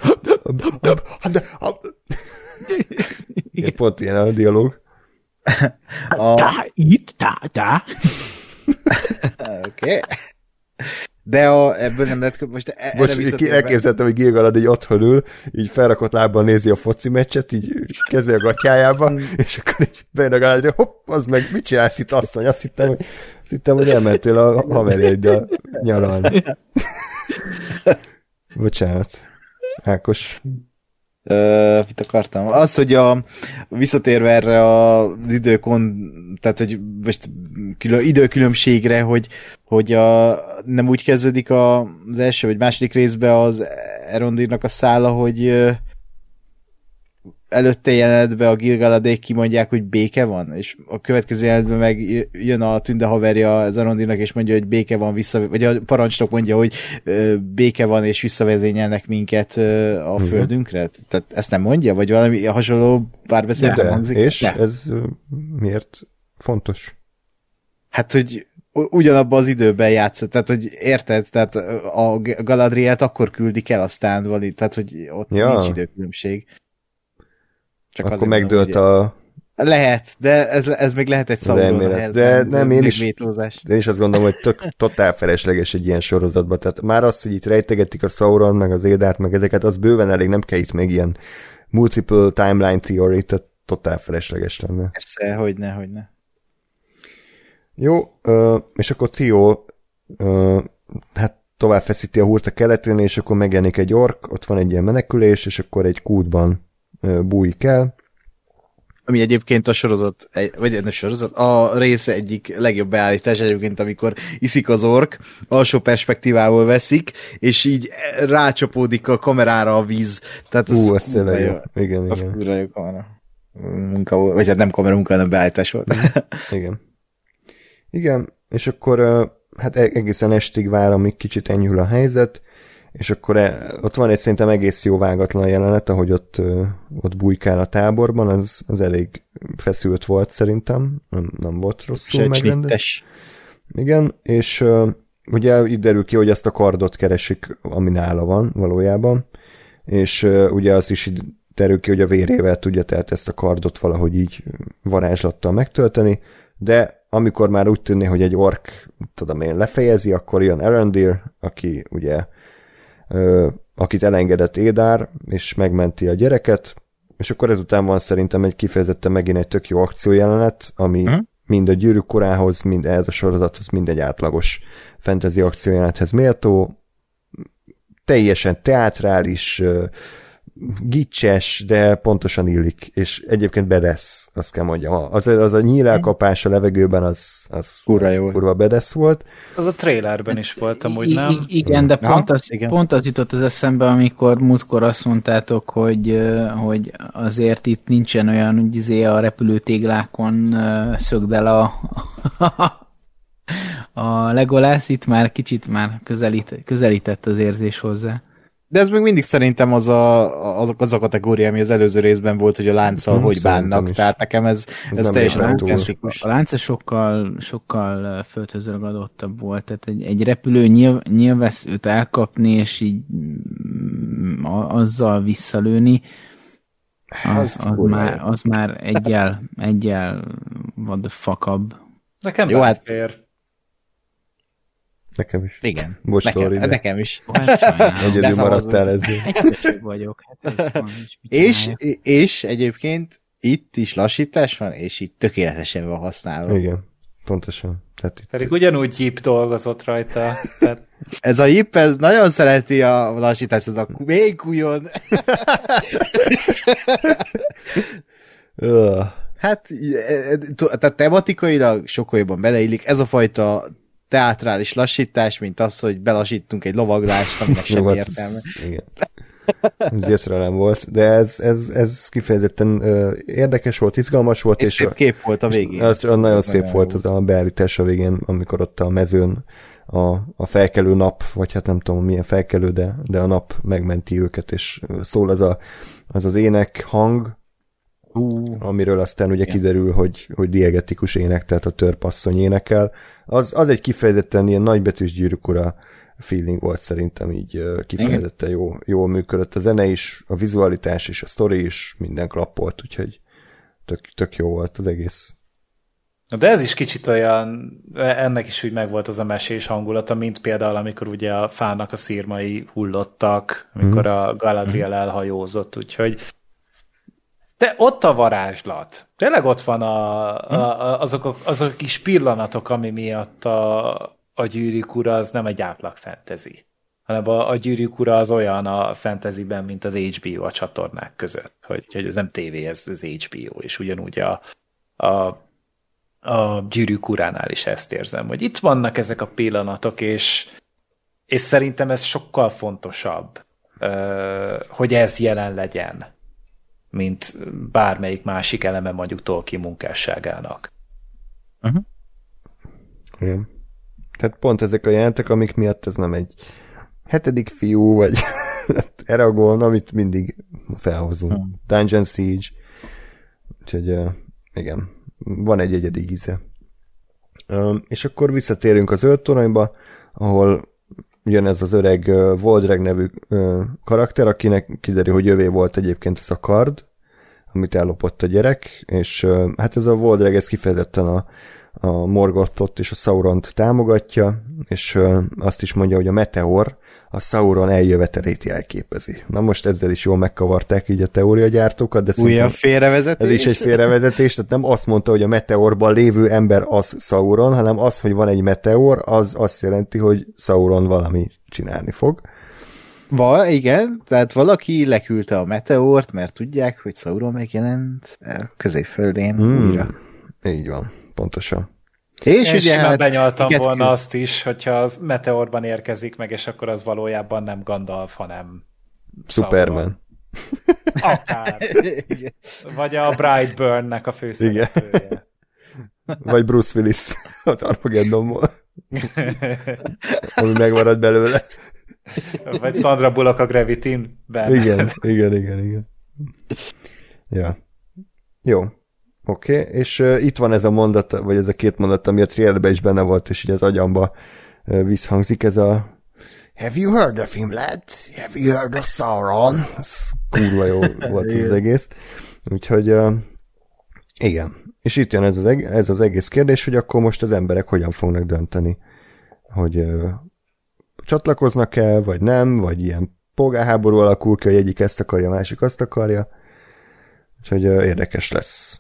Igen, pont ilyen a dialóg. Tá, itt, tá, tá. Oké. De a, ebből nem lehet, most erre Bocs, elképzeltem, hogy Gil-galad így otthon ül, így felrakott lábban nézi a foci meccset, így keze a gatyájába, és akkor így bejön a Galadriel, hopp, az meg mit csinálsz itt, asszony? Azt hittem, hogy, azt hittem, hogy elmentél a haverjaiddal nyaralni. Bocsánat. Ákos. Uh, mit akartam? Az, hogy a visszatérve erre az időkon, tehát, hogy most külön, időkülönbségre, hogy, hogy a, nem úgy kezdődik a, az első vagy második részben az Elrondírnak a szála, hogy uh, előtte jelenetben a Gil-galadék kimondják, hogy béke van, és a következő jelenetben meg jön a tünde haverja az Elrondírnak, és mondja, hogy béke van, vissza, vagy a parancsnok mondja, hogy uh, béke van, és visszavezényelnek minket uh, a uh-huh. földünkre. Tehát ezt nem mondja? Vagy valami hasonló párbeszédben hangzik? És de. Ez uh, miért fontos? Hát, hogy ugyanabban az időben játszott, tehát, hogy érted? Tehát a Galadrielt akkor küldik el aztán valami, tehát, hogy ott ja. nincs időkülönbség. Csak akkor megdőlt a... Lehet, de ez, ez még lehet egy Sauron. De, de nem, én is, én is azt gondolom, hogy tök, totál felesleges egy ilyen sorozatban. Tehát már az, hogy itt rejtegetik a Sauron, meg az Édárt, meg ezeket, az bőven elég, nem kell itt még ilyen multiple timeline theory, tehát totál felesleges lenne. Persze, hogyne, hogyne. Jó, és akkor Tio hát tovább feszíti a húrt a keletén, és akkor megjelenik egy ork, ott van egy ilyen menekülés, és akkor egy kútban bújik el. Ami egyébként a sorozat, vagy a sorozat, a része egyik legjobb beállítás egyébként, amikor iszik az ork, alsó perspektívából veszik, és így rácsapódik a kamerára a víz. Tehát az Ú, ez tényleg jó. Igen, az igen. kurva jó kamera. Munka volt, vagy hát nem kamera munka, hanem beállítás volt. Igen. Igen, és akkor hát egészen estig vár, amíg kicsit enyhül a helyzet, és akkor e, ott van egy szerintem egész jó vágatlan jelenet, ahogy ott, ott bujkál a táborban, az, az elég feszült volt szerintem, nem, nem volt rosszul megrendezve. Igen, és ugye itt derül ki, hogy ezt a kardot keresik, ami nála van valójában, és uh, ugye az is így derül ki, hogy a vérével tudja tehát ezt a kardot valahogy így varázslattal megtölteni, de amikor már úgy tűnné, hogy egy ork, tudom én, lefejezi, akkor jön Arondir, aki ugye uh, akit elengedett Édár, és megmenti a gyereket, és akkor ezután van szerintem egy kifejezetten megint egy tök jó akciójelenet, ami uh-huh. mind a Gyűrűk Urához, mind ehhez a sorozathoz, mind egy átlagos fantasy akciójelenethez méltó, teljesen teátrális, gicses, de pontosan illik, és egyébként bedesz, azt kell mondjam. Az, az a nyílelkapás a levegőben, az, az, kurva, az kurva bedesz volt. Az a trailerben is volt amúgy, nem? I- igen, de pont, az, igen. pont az jutott az eszembe, amikor múltkor azt mondtátok, hogy, hogy azért itt nincsen olyan, hogy izé a repülőtéglákon szögdel a a Legolász, itt már kicsit már közelít, közelített az érzés hozzá. De ez még mindig szerintem az a, az, az a kategória, ami az előző részben volt, hogy a lánccal hmm, hogy bánnak. Is. Tehát nekem ez, ez teljesen autentikus. A lánc sokkal, sokkal földhöz ragadottabb volt. Tehát egy, egy repülő nyilv, nyilvesz őt elkapni, és így a, azzal visszalőni, az, az, már, az már egyel, egyel what the fuck up. Nekem jó, hát fér. Nekem is. Igen. Most nekem, story, nekem is. Egyedül maradtál ezzel. Egy vagyok. Hát van, és, és egyébként itt is lassítás van, és itt tökéletesen van használva. Igen, pontosan. Tehát itt... Pedig ugyanúgy Jeep dolgozott rajta. Tehát... Ez a Jeep, ez nagyon szereti a lassítást, ez a vékújon. Hát, tehát tematikailag sokkal jobban beleillik. Ez a fajta teátrális lassítás, mint az, hogy belassítunk egy lovaglást, aminek semmi értelme. Igen. Ez gyötrelem volt, de ez, ez, ez kifejezetten uh, érdekes volt, izgalmas volt. És, és szép a, kép volt a végén. Az, az nagyon szép nagyon volt az a beállítás a végén, amikor ott a mezőn a, a felkelő nap, vagy hát nem tudom milyen felkelő, de, de a nap megmenti őket, és szól az a, az, az ének hang, Uh, amiről aztán ugye igen. kiderül, hogy, hogy diegetikus ének, tehát a törpasszony énekel. Az, az egy kifejezetten ilyen nagybetűs Gyűrűk Ura feeling volt szerintem, így kifejezetten jó, jól működött a zene is, a vizualitás is, a sztori is, minden klappolt, úgyhogy tök, tök jó volt az egész. De ez is kicsit olyan, ennek is úgy megvolt az a mesés hangulata, mint például, amikor ugye a fának a szírmai hullottak, amikor hmm. a Galadriel elhajózott, úgyhogy de ott a varázslat. Tényleg ott van a, a, azok, a, azok a kis pillanatok, ami miatt a, a Gyűrűk Ura az nem egy átlag fantasy, hanem a, a Gyűrűk Ura az olyan a fantasyben, mint az há bé o a csatornák között, hogy, hogy ez nem tévé, ez az há bé o, és ugyanúgy a, a, a Gyűrűk Uránál is ezt érzem, hogy itt vannak ezek a pillanatok, és, és szerintem ez sokkal fontosabb, hogy ez jelen legyen, mint bármelyik másik eleme mondjuk Tolkien munkásságának. Uh-huh. Igen. Tehát pont ezek a jelentek, amik miatt ez nem egy hetedik fiú, vagy Eragon, amit mindig felhozunk. Uh-huh. Dungeon Siege. Úgyhogy uh, igen, van egy egyedi íze. Um, és akkor visszatérünk az Zöld Toronyba, ahol jön ez az öreg uh, Voldreg nevű uh, karakter, akinek kiderül, hogy övé volt egyébként ez a kard, amit ellopott a gyerek, és uh, hát ez a Voldreg, ez kifejezetten a, a Morgottot és a Sauront támogatja, és uh, azt is mondja, hogy a meteor a Sauron eljövetelét jelképezi. Na most ezzel is jól megkavarták így a teóriagyártókat, de újabb félrevezetés. Ez is egy félrevezetés, tehát nem azt mondta, hogy a meteorban lévő ember az Sauron, hanem az, hogy van egy meteor, az azt jelenti, hogy Sauron valami csinálni fog. Va, igen, tehát valaki leküldte a meteort, mert tudják, hogy Sauron megjelent Középföldén hmm, újra. Így van, pontosan. És én ugye hát benyaltam volna kül... azt is, hogyha az meteorban érkezik meg, és akkor az valójában nem Gandalf, hanem Superman. Akár. Vagy a Brightburn-nek a főszereplője. Vagy Bruce Willis az Armageddonból. Ami megmarad belőle. Vagy Sandra Bullock a Gravity-ben. Igen, igen, igen, igen. Ja. Jó. Oké, okay. És uh, itt van ez a mondat, vagy ez a két mondat, ami a trailerben is benne volt, és így az agyamba visszhangzik ez a Have you heard of him, lad? Have you heard of Sauron? Ez kurva jó volt az egész. Úgyhogy uh, igen. És itt jön ez az, eg- ez az egész kérdés, hogy akkor most az emberek hogyan fognak dönteni. Hogy uh, csatlakoznak-e, vagy nem, vagy ilyen polgárháború alakul ki, hogy egyik ezt akarja, a másik azt akarja. Úgyhogy uh, érdekes lesz.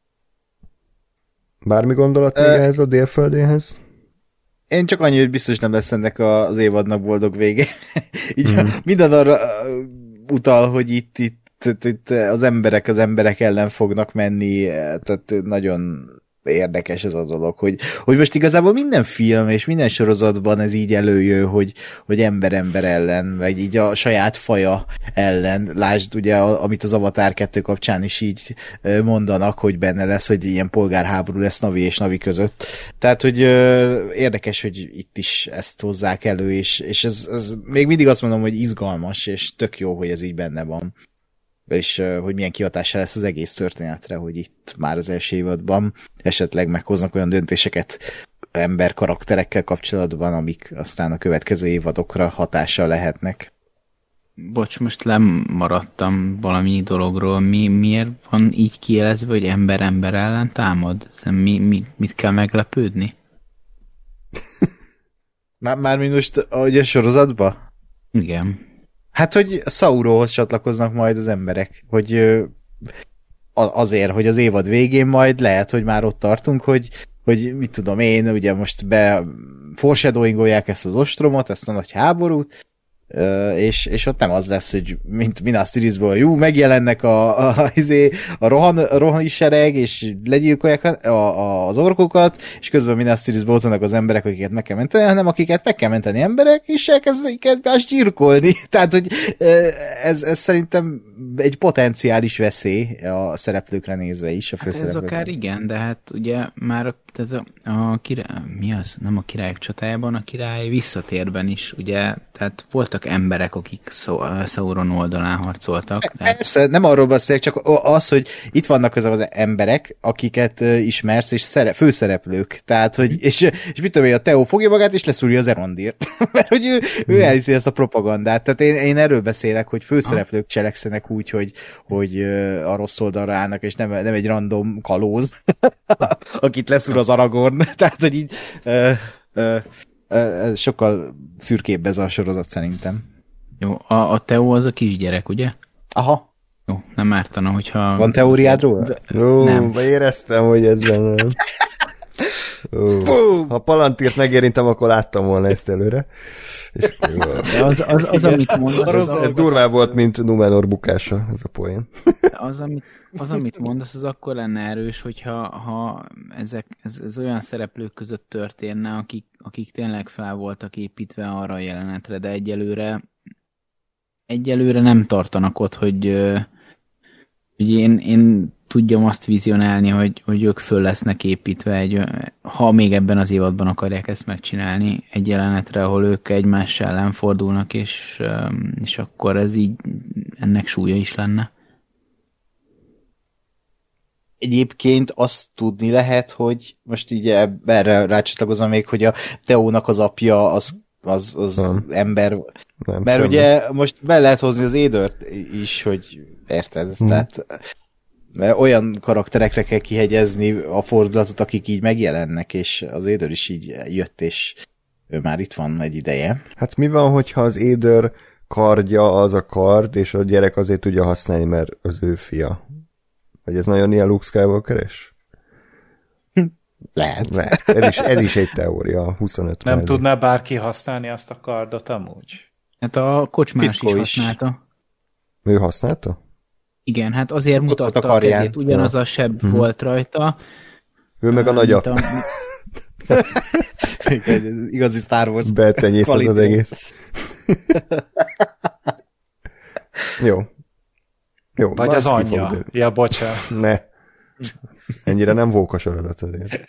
Bármi gondolat még uh, ehhez a délföldéhez? Én csak annyi, hogy biztos nem lesz ennek az évadnak boldog vége. Így mm. minden arra utal, hogy itt, itt, itt az emberek az emberek ellen fognak menni, tehát nagyon érdekes ez a dolog, hogy, hogy most igazából minden film és minden sorozatban ez így előjön, hogy, hogy ember-ember ellen, vagy így a saját faja ellen. Lásd ugye, amit az Avatar kettő kapcsán is így mondanak, hogy benne lesz, hogy ilyen polgárháború lesz Navi és Navi között. Tehát, hogy érdekes, hogy itt is ezt hozzák elő, és, és ez, ez még mindig azt mondom, hogy izgalmas, és tök jó, hogy ez így benne van. És uh, hogy milyen kihatása lesz az egész történetre, hogy itt már az első évadban esetleg meghoznak olyan döntéseket ember karakterekkel kapcsolatban, amik aztán a következő évadokra hatással lehetnek. Bocs, most lemaradtam valami dologról. Mi, miért van így kijelezve, hogy ember ember ellen támad? Mi, mi, mit kell meglepődni? Már, mármint most ahogy a sorozatba? Igen. Hát, hogy Sauronhoz csatlakoznak majd az emberek, hogy azért, hogy az évad végén majd lehet, hogy már ott tartunk, hogy, hogy mit tudom én, ugye most be foreshadowingolják ezt az ostromot, ezt a nagy háborút, és, és ott nem az lesz, hogy mint Minas Tirithból, jó, megjelennek a, a, a, a rohan, rohani sereg, és legyilkolják a, a, az orkokat, és közben Minas Tirithból ott vannak az emberek, akiket meg kell menteni, hanem akiket meg kell menteni emberek, és elkezdik egymást gyilkolni. Tehát, hogy ez, ez szerintem egy potenciális veszély a szereplőkre nézve is, a főszereplőkre. Hát ez akár igen, de hát ugye már ez a, a király, mi az? Nem a királyok csatájában, a király visszatérben is, ugye, tehát voltak emberek, akik Sauron oldalán harcoltak. Tehát... Persze, nem arról beszélek, csak az, hogy itt vannak azok az emberek, akiket ismersz, és szere, főszereplők. Tehát, hogy, és, és mit tudom én, a Theo fogja magát, és leszúrja az Erondírt. Mert hogy ő, hmm. ő elhiszi ezt a propagandát. Tehát én, én erről beszélek, hogy főszereplők cselekszenek úgy, hogy, hogy a rossz oldalra állnak, és nem, nem egy random kalóz, akit leszúr az Aragorn. Tehát, hogy így... Uh, uh, Uh, sokkal szürkébb ez a sorozat szerintem. Jó, a, a Theo az a kisgyerek, ugye? Aha. Jó, nem ártana, hogyha... Van teóriád róla? Ó, nem. Éreztem, hogy ez nem. Ó, ha Palantírt megérintem, akkor láttam volna ezt előre. És, de az, az, az, amit mondasz... Ez, ez durvább volt, mint Numenor bukása, ez a poén. Az, amit, az, amit mondasz, az akkor lenne erős, hogyha ha ezek, ez, ez olyan szereplők között történne, akik, akik tényleg fel voltak építve arra a jelenetre, de egyelőre egyelőre nem tartanak ott, hogy, hogy én, én tudjam azt vizionálni, hogy, hogy ők föl lesznek építve, egy, ha még ebben az évadban akarják ezt megcsinálni, egy jelenetre, ahol ők egymás ellen fordulnak, és, és akkor ez így, ennek súlya is lenne. Egyébként azt tudni lehet, hogy most így erre rácsatlakozom még, hogy a Teónak az apja az, az, az nem. ember. Nem, mert semmi. Ugye most be lehet hozni az Édört is, hogy érted? Hmm. Tehát mert olyan karakterekre kell kihegyezni a fordulatot, akik így megjelennek, és az Édör is így jött, és ő már itt van egy ideje. Hát mi van, hogyha az Édör kardja az a kard, és a gyerek azért tudja használni, mert az ő fia? Vagy ez nagyon ilyen Luke Skywalker-es? Lehet. Lehet. Ez is, ez is egy teória, huszonöt Nem mellé. tudná bárki használni azt a kardot amúgy? Hát a kocsmás Fickó is használta. Ő használta? Igen, hát azért mutatta a, a kezét, ugyanaz a seb hmm. volt rajta. Ő meg a nagyap. A... Igazi Star Wars Beltenyészed az egész. Jó. Jó. Vagy az anyja. Ja, bocsánat. Ne. Ennyire nem vók a sorodat azért.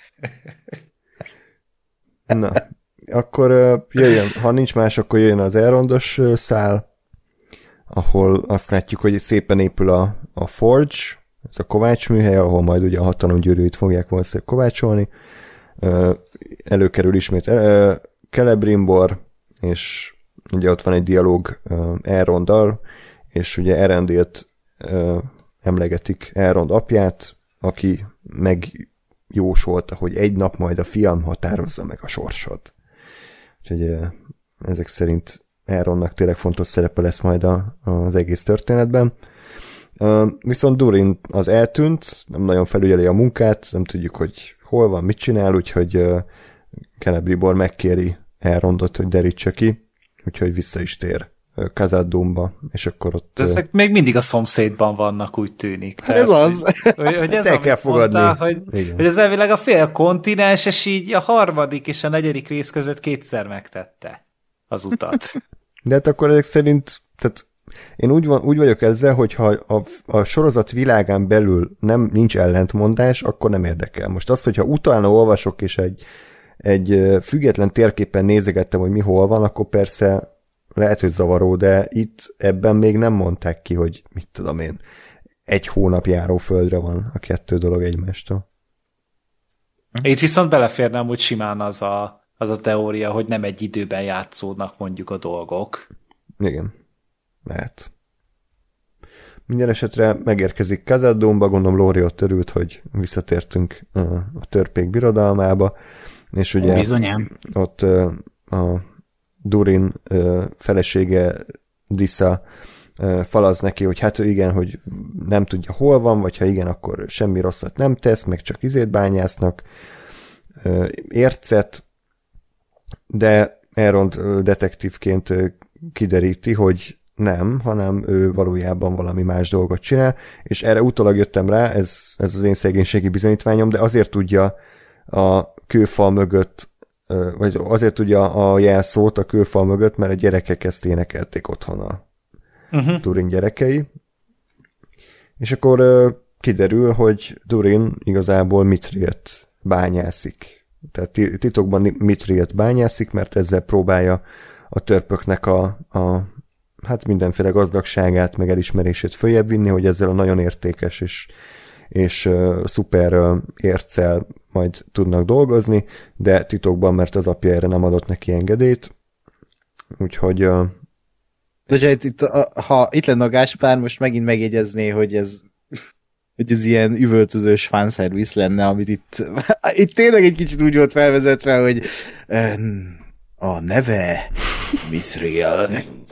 Na, akkor jöjjön, ha nincs más, akkor jöjjön az elrondos szál, ahol azt látjuk, hogy szépen épül a, a Forge, ez a kovácsműhely, ahol majd ugye a hatalomgyűrűit fogják valószínűleg kovácsolni. Előkerül ismét Celebrimbor, és ugye ott van egy dialóg uh, Elronddal, és ugye Erendilt uh, emlegetik Elrond apját, aki megjósolta, hogy egy nap majd a fiam határozza meg a sorsod. Úgyhogy uh, ezek szerint Elrondnak tényleg fontos szerepe lesz majd a, az egész történetben. Uh, viszont Durin az eltűnt, nem nagyon felügyeli a munkát, nem tudjuk, hogy hol van, mit csinál, úgyhogy uh, Celebrimbor megkéri Elrondot, hogy derítse ki, úgyhogy vissza is tér Khazad Dûmba, és akkor ott... De ezek még mindig a szomszédban vannak, úgy tűnik. Hát ez az. Hogy, hogy ezt ez, el kell fogadni. Mondta, hogy, hogy ez elvileg a fél kontinens, és így a harmadik és a negyedik rész között kétszer megtette az utat. De hát akkor ezek szerint, tehát én úgy, van, úgy vagyok ezzel, hogyha a, a sorozat világán belül nem nincs ellentmondás, akkor nem érdekel. Most az, hogyha utána olvasok, és egy, egy független térképen nézegettem, hogy mi hol van, akkor persze lehet, hogy zavaró, de itt ebben még nem mondták ki, hogy mit tudom én, egy hónap járó földre van a kettő dolog egymástól. Itt viszont beleférne amúgy simán az a, az a teória, hogy nem egy időben játszódnak mondjuk a dolgok. Igen, lehet. Minden esetre megérkezik Khazad Dûmba, gondolom Lóri ott örült, hogy visszatértünk a törpék birodalmába, és ugye Bizonyám. ott a Durin felesége Disa falaz neki, hogy hát igen, hogy nem tudja hol van, vagy ha igen, akkor semmi rosszat nem tesz, meg csak izét bányásznak, ércet, de Elrond detektívként kideríti, hogy nem, hanem ő valójában valami más dolgot csinál, és erre utólag jöttem rá, ez, ez az én szegénységi bizonyítványom, de azért tudja a kőfal mögött, vagy azért tudja a jelszót a kőfal mögött, mert a gyerekek ezt énekelték otthon a uh-huh. Durin gyerekei. És akkor kiderül, hogy Durin igazából Mithril-t bányászik. Tehát titokban Mithril-t bányászik, mert ezzel próbálja a törpöknek a, a hát mindenféle gazdagságát, meg elismerését följebb vinni, hogy ezzel a nagyon értékes és, és uh, szuper uh, érccel majd tudnak dolgozni, de titokban, mert az apja erre nem adott neki engedélyt. Úgyhogy... Uh, de itt, ha itt lenne a Gáspár, most megint megjegyezné, hogy ez hogy ez ilyen üvöltözős fanservice lenne, amit itt itt tényleg egy kicsit úgy volt felvezetve, hogy a neve Mithril.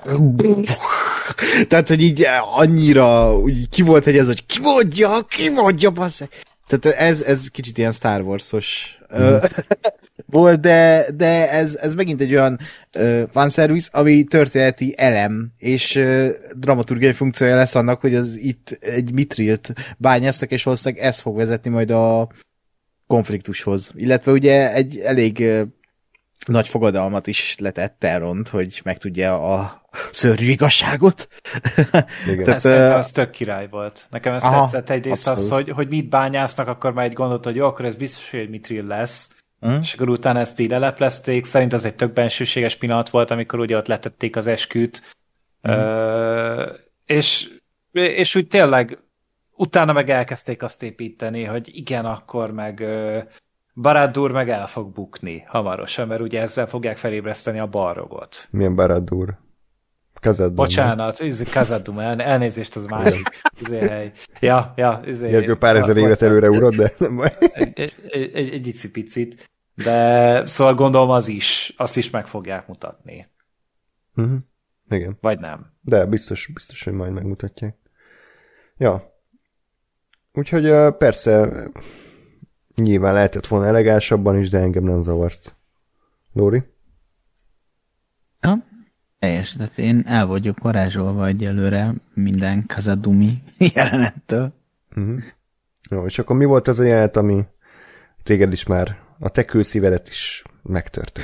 Tehát, hogy így annyira úgy ki volt, hogy ez, hogy ki mondja, ki mondja, bassz. Tehát ez, ez kicsit ilyen Star Wars-os mm. volt, de, de ez, ez megint egy olyan uh, fanservice, ami történeti elem, és uh, dramaturgiai funkciója lesz annak, hogy az itt egy Mithrilt bányáztak, és valószínűleg ez fog vezetni majd a konfliktushoz. Illetve ugye egy elég uh, nagy fogadalmat is letett Elrond, hogy megtudja a szörnyű igazságot. Igen. Tehát, ez, az tök király volt. Nekem ez aha, tetszett egyrészt abszolút. Az, hogy, hogy mit bányásznak, akkor már egy gondolt, hogy jó, akkor ez biztos, hogy Mithril lesz. Mm. És akkor utána ezt így leleplezték. Szerint az egy tök bensőséges pillanat volt, amikor ugye ott letették az esküt. Mm. Ö, és, és úgy tényleg utána meg elkezdték azt építeni, hogy igen, akkor meg Barad-dûr meg el fog bukni hamarosan, mert ugye ezzel fogják felébreszteni a Balrogot. Milyen Barad-dûr? Khazad Dûm. Bocsánat, Khazad Dûm, el, elnézést, az másik hely. Ja, ja. Gergő pár ezer évet előre ugrott, de nem baj. Egy, egy, egy, egy icipicit. De szóval gondolom az is, azt is meg fogják mutatni. Uh-huh. Igen. Vagy nem. De biztos, biztos, hogy majd megmutatják. Ja. Úgyhogy persze nyilván lehetett volna elegásabban is, de engem nem zavart. Lóri? Ja, teljes, tehát én el vagyok varázsolva egyelőre minden Khazad Dûmi jelenettől. Uh-huh. Jó, és akkor mi volt az a jelenet, ami téged is már, a te kőszívedet is megtört?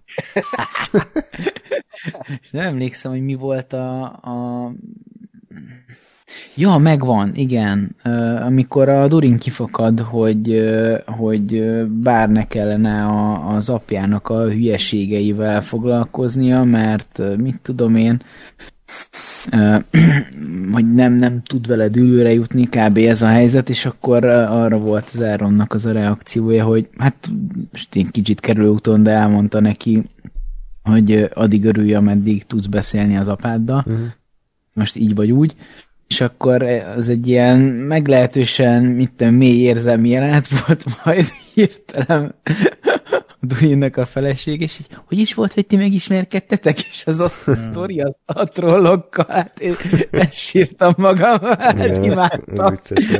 És nem emlékszem, hogy mi volt a... a... Ja, megvan, igen. Uh, amikor a Durin kifakad, hogy, uh, hogy uh, bár ne kellene a, az apjának a hülyeségeivel foglalkoznia, mert uh, mit tudom én, uh, hogy nem, nem tud vele dűlőre jutni, kb. Ez a helyzet, és akkor uh, arra volt az Elrondnak az a reakciója, hogy hát most én kicsit kerülő úton, de elmondta neki, hogy addig örülj, ameddig tudsz beszélni az apáddal. Uh-huh. Most így vagy úgy. És akkor az egy ilyen meglehetősen, mit tudom, mély érzelmi jelenet volt, majd hirtelen Durinnak a feleség, és így, hogy is volt, hogy ti megismerkedtetek, és az a hmm. sztori az a trollokkal, hát én elsírtam magam, hát imádtam.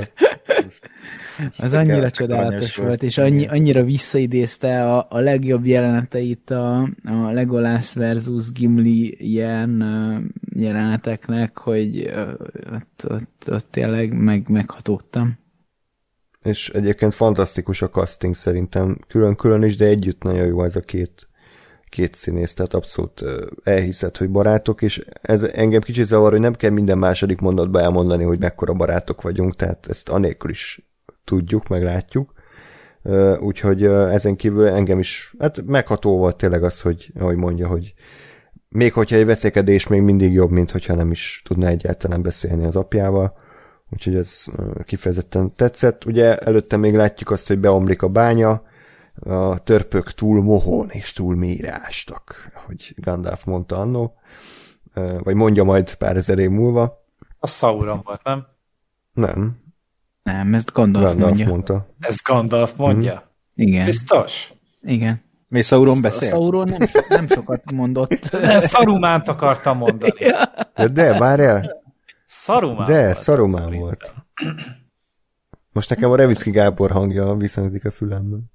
Az annyira csodálatos volt, és annyi, annyira visszaidézte a, a legjobb jeleneteit a, a Legolas versus Gimli ilyen jeleneteknek, hogy ott, ott, ott tényleg meg, meghatódtam. És egyébként fantasztikus a casting szerintem, külön-külön is, de együtt nagyon jó ez a két, két színész, tehát abszolút elhiszed, hogy barátok, és ez engem kicsit zavar, hogy nem kell minden második mondatba elmondani, hogy mekkora barátok vagyunk, tehát ezt anélkül is tudjuk, meg látjuk. Úgyhogy ezen kívül engem is, hát megható volt tényleg az, hogy, ahogy mondja, hogy még hogyha egy veszekedés még mindig jobb, mint hogyha nem is tudna egyáltalán beszélni az apjával. Úgyhogy ez kifejezetten tetszett. Ugye előtte még látjuk azt, hogy beomlik a bánya, a törpök túl mohón és túl mélyre ástak, hogy Gandalf mondta annó, vagy mondja majd pár ezer év múlva. A Sauron volt, nem? Nem. Nem, ezt Gandalf, Gandalf mondja. mondta. Ez Gandalf mondja? Mm. Igen. Biztos? Igen. Mi Sauron beszél? A Sauron nem, so, nem sokat mondott. De Sarumánt akartam mondani. De, de várjál. Szarumán De, volt. Szarumán volt. Most nekem a Revicki Gábor hangja visszhangzik a fülemben.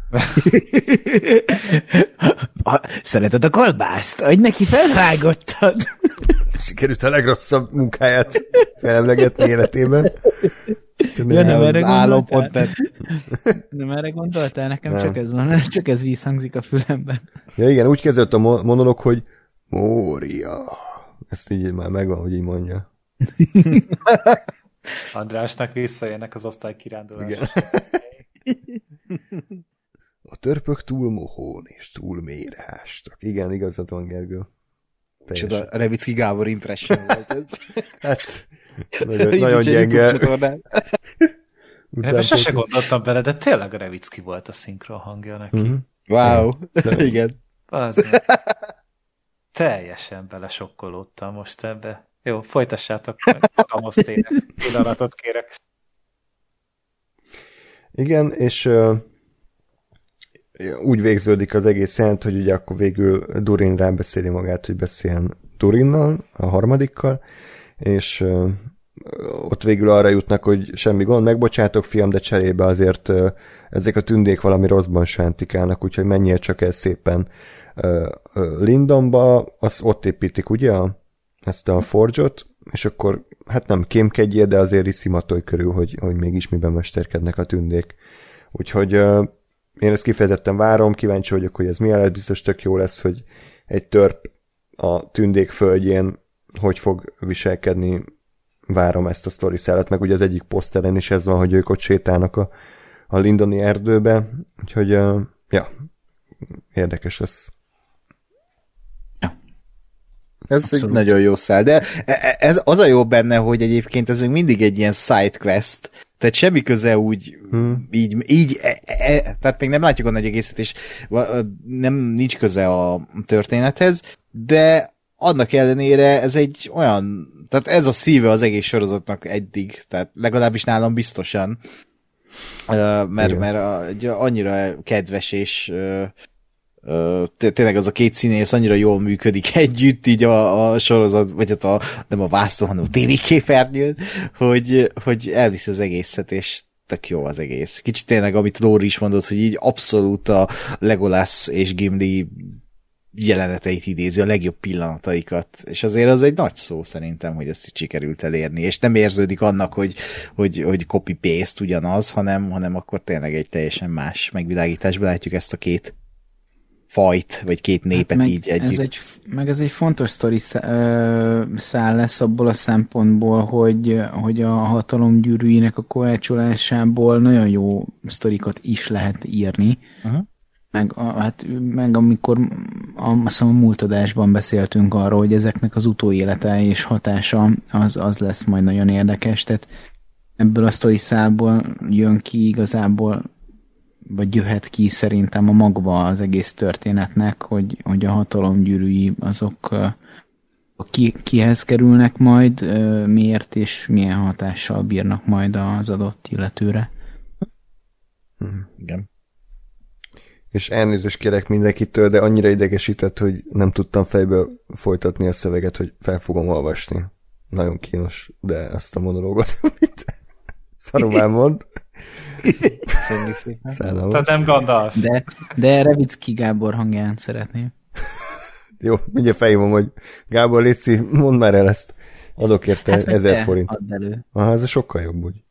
Szereted a kolbászt? Adj neki, felvágottad. Sikerült a legrosszabb munkáját felemlegetni életében. Ja, nem erre gondoltál? Nem erre gondoltál? Nekem nem. Csak ez van, csak ez visszhangzik a fülemben. Ja igen, úgy kezdődött a monolog, hogy Mória. Ezt így már megvan, hogy így mondja. Andrásnak visszajönnek az osztálykirándulás. Igen. A törpök túl mohón és túl mélyre hástak. Igen, igazad van, Gergő. Csoda, a Revicki Gábor impression volt ez. Hát, nagyon, nagyon gyenge. Ebben sose gondoltam bele, de tényleg a Revicki volt a szinkron hangja neki. Mm-hmm. Wow, igen. Azért. Teljesen belesokkolódtam most ebbe. Jó, folytassátok meg. Ramos tényleg. Pillanatot kérek. Igen, és uh, úgy végződik az egész jelent, hogy ugye akkor végül Durin rábeszéli magát, hogy beszéljen Durinnal, a harmadikkal, és uh, ott végül arra jutnak, hogy semmi gond, megbocsátok, fiam, de cserébe azért uh, ezek a tündék valami rosszban sántikálnak, úgyhogy menjél csak el szépen uh, uh, Lindonba, azt ott építik, ugye, a, ezt a forge-ot, és akkor hát nem kémkedjél, de azért is szimatolj körül, hogy, hogy mégis miben mesterkednek a tündék. Úgyhogy uh, én ezt kifejezetten várom, kíváncsi vagyok, hogy ez milyen lesz, biztos tök jó lesz, hogy egy törp a tündék földjén hogy fog viselkedni, várom ezt a sztori szállat, meg ugye az egyik poszteren is ez van, hogy ők ott sétálnak a, a Lindoni erdőbe, úgyhogy uh, ja, érdekes lesz. Ez abszolút egy nagyon jó szál, de ez az a jó benne, hogy egyébként ez még mindig egy ilyen side quest, tehát semmi köze úgy, hmm. így, így e, e, tehát még nem látjuk a nagy egészet, és nem nincs köze a történethez, de annak ellenére ez egy olyan, tehát ez a szíve az egész sorozatnak eddig, tehát legalábbis nálam biztosan, mert, mert annyira kedves és tényleg az a két színész annyira jól működik együtt, így a, a sorozat, vagy hát a, nem a vászló, hanem a tévéképernyőn, hogy, hogy elviszi az egészet, és tök jó az egész. Kicsit tényleg, amit Lóri is mondott, hogy így abszolút a Legolas és Gimli jeleneteit idézi, a legjobb pillanataikat, és azért az egy nagy szó szerintem, hogy ezt sikerült elérni, és nem érződik annak, hogy, hogy, hogy copy-paste ugyanaz, hanem, hanem akkor tényleg egy teljesen más megvilágításban látjuk ezt a két fajt, vagy két népet hát így együtt. Ez egy, meg ez egy fontos sztori szál lesz abból a szempontból, hogy, hogy a hatalom gyűrűinek a kovácsolásából nagyon jó sztorikat is lehet írni. Uh-huh. Meg, a, hát, meg amikor a, a, a múlt adásban beszéltünk arról, hogy ezeknek az utóélete és hatása az, az lesz majd nagyon érdekes. Tehát ebből a sztori szálból jön ki igazából vagy jöhet ki szerintem a magva az egész történetnek, hogy, hogy a hatalomgyűrűi azok ki, kihez kerülnek majd, miért és milyen hatással bírnak majd az adott illetőre. Hmm, igen. És elnézést kérek mindenkitől, de annyira idegesített, hogy nem tudtam fejből folytatni a szöveget, hogy fel fogom olvasni. Nagyon kínos, de ezt a monológot, amit Szarumán mond. Köszönjük szépen. Szállalom. Tehát nem Gandalf. De, de Revicki Gábor hangján szeretném. Jó, mindjárt felhívom, hogy Gábor, létszi, mondd már el ezt. Adok érte hát ezer forint. Add elő. Aha, ez sokkal jobb, úgy.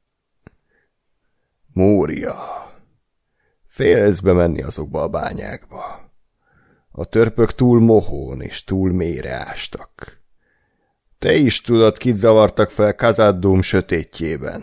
Mória. Félsz bemenni azokba a bányákba. A törpök túl mohón és túl mélyre ástak. Te is tudod, kit zavartak fel Khazad-dûm sötétjében.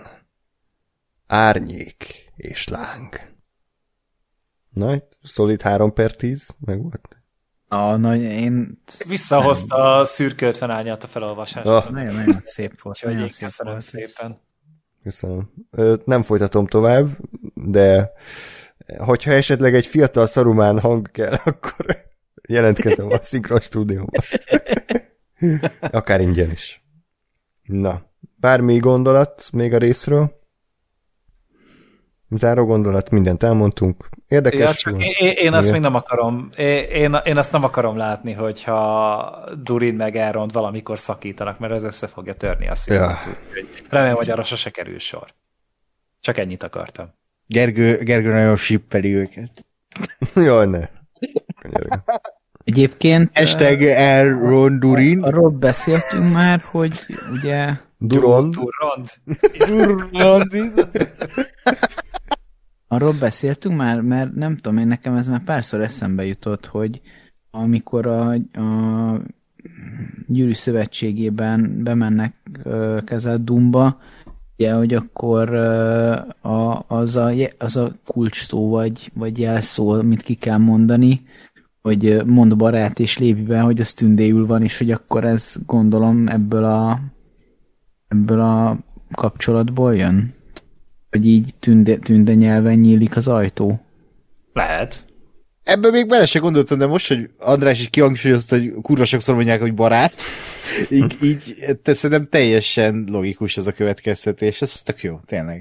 Árnyék és láng. Na, itt szolid három per tíz, meg volt. A nagy, én... Visszahozta nem. a szürke ötven árnyat a felolvasásra. Oh. Nagyon-nagyon szép volt. Nagyon szép köszönöm volt. Szépen. Köszönöm. Nem folytatom tovább, de hogyha esetleg egy fiatal Szarumán hang kell, akkor jelentkezem a Szinkron stúdióban. Akár ingyen is. Na, bármi gondolat még a részről? Záró gondolat, mindent elmondtunk. Érdekes. Ja, én, én azt még nem akarom, én, én azt nem akarom látni, hogyha Durin meg Elrond valamikor szakítanak, mert ez össze fogja törni a szívet. Ja. Remélem, hogy arra sose kerül sor. Csak ennyit akartam. Gergő, Gergő nagyon sippeli őket. Jaj, ne. Egyébként... Hashtag Elrond Durin. Arról beszéltünk már, hogy ugye... Durond. Durond. Durond. Arról beszéltünk már, mert nem tudom, én nekem ez már párszor eszembe jutott, hogy amikor a, a Gyűrű Szövetségében bemennek uh, Khazad-dûmba, ugye, hogy akkor uh, a, az, a, az a kulcs szó vagy, vagy jelszó, amit ki kell mondani, hogy mond barát és lépj be, hogy az tündéül van, és hogy akkor ez gondolom ebből a ebből a kapcsolatból jön? Hogy így tünde, tünde nyelven nyílik az ajtó? Lehet. Ebben még bele se gondoltam, de most, hogy András is kihangsúlyozta, hogy kurva sokszor mondják, hogy barát, így, így szerintem teljesen logikus ez a következtetés. Ez tök jó, tényleg.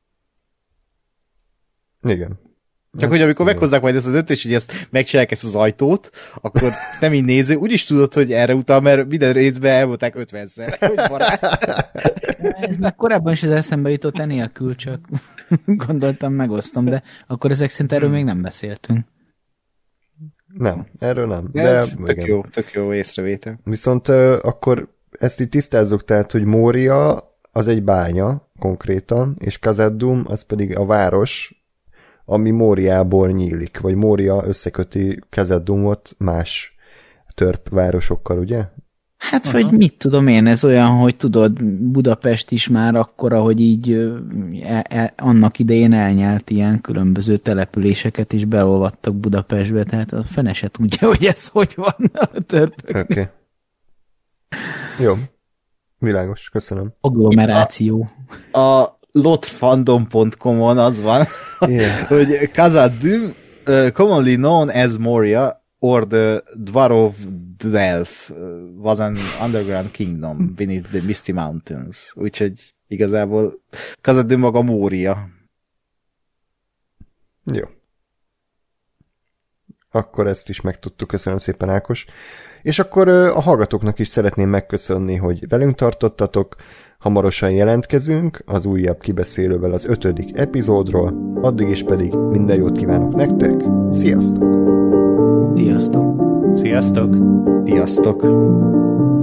Igen. Csak hogy amikor meghozzák majd ezt a döntést, hogy ezt megcsinálják ezt az ajtót, akkor nem így néző, úgyis tudod, hogy erre utal, mert minden részben elmondták ötvenszer, hogy barát. Ez már korábban is az eszembe jutott enélkül, csak gondoltam, megosztom, de akkor ezek szerint erről még nem beszéltünk. Nem, erről nem. De, de ez tök jó, tök jó észrevétel. Viszont uh, akkor ezt így tisztázzuk, tehát, hogy Mória az egy bánya konkrétan, és Khazad-dûm az pedig a város, ami Móriából nyílik, vagy Mória összeköti Khazad-dûmot más törp városokkal, ugye? Hát, uh-huh. vagy mit tudom én, ez olyan, hogy tudod, Budapest is már akkora, hogy így e, e, annak idején elnyelt ilyen különböző településeket is beolvadtak Budapestbe, tehát a fene se tudja, hogy ez hogy van a törpöknek. Oké. Okay. Jó. Világos, köszönöm. Agglomeráció. A, a lotfandom pont com-on az van, yeah. hogy Khazad-dûm, uh, commonly known as Moria, or the Dwarf Delph, uh, was an underground kingdom beneath the Misty Mountains. Úgyhogy igazából Khazad-dûm maga Mória. Jó. Akkor ezt is megtudtuk, köszönöm szépen, Ákos. És akkor a hallgatóknak is szeretném megköszönni, hogy velünk tartottatok. Hamarosan jelentkezünk az újabb kibeszélővel az ötödik epizódról, addig is pedig minden jót kívánok nektek. Sziasztok! Sziasztok! Sziasztok! Sziasztok!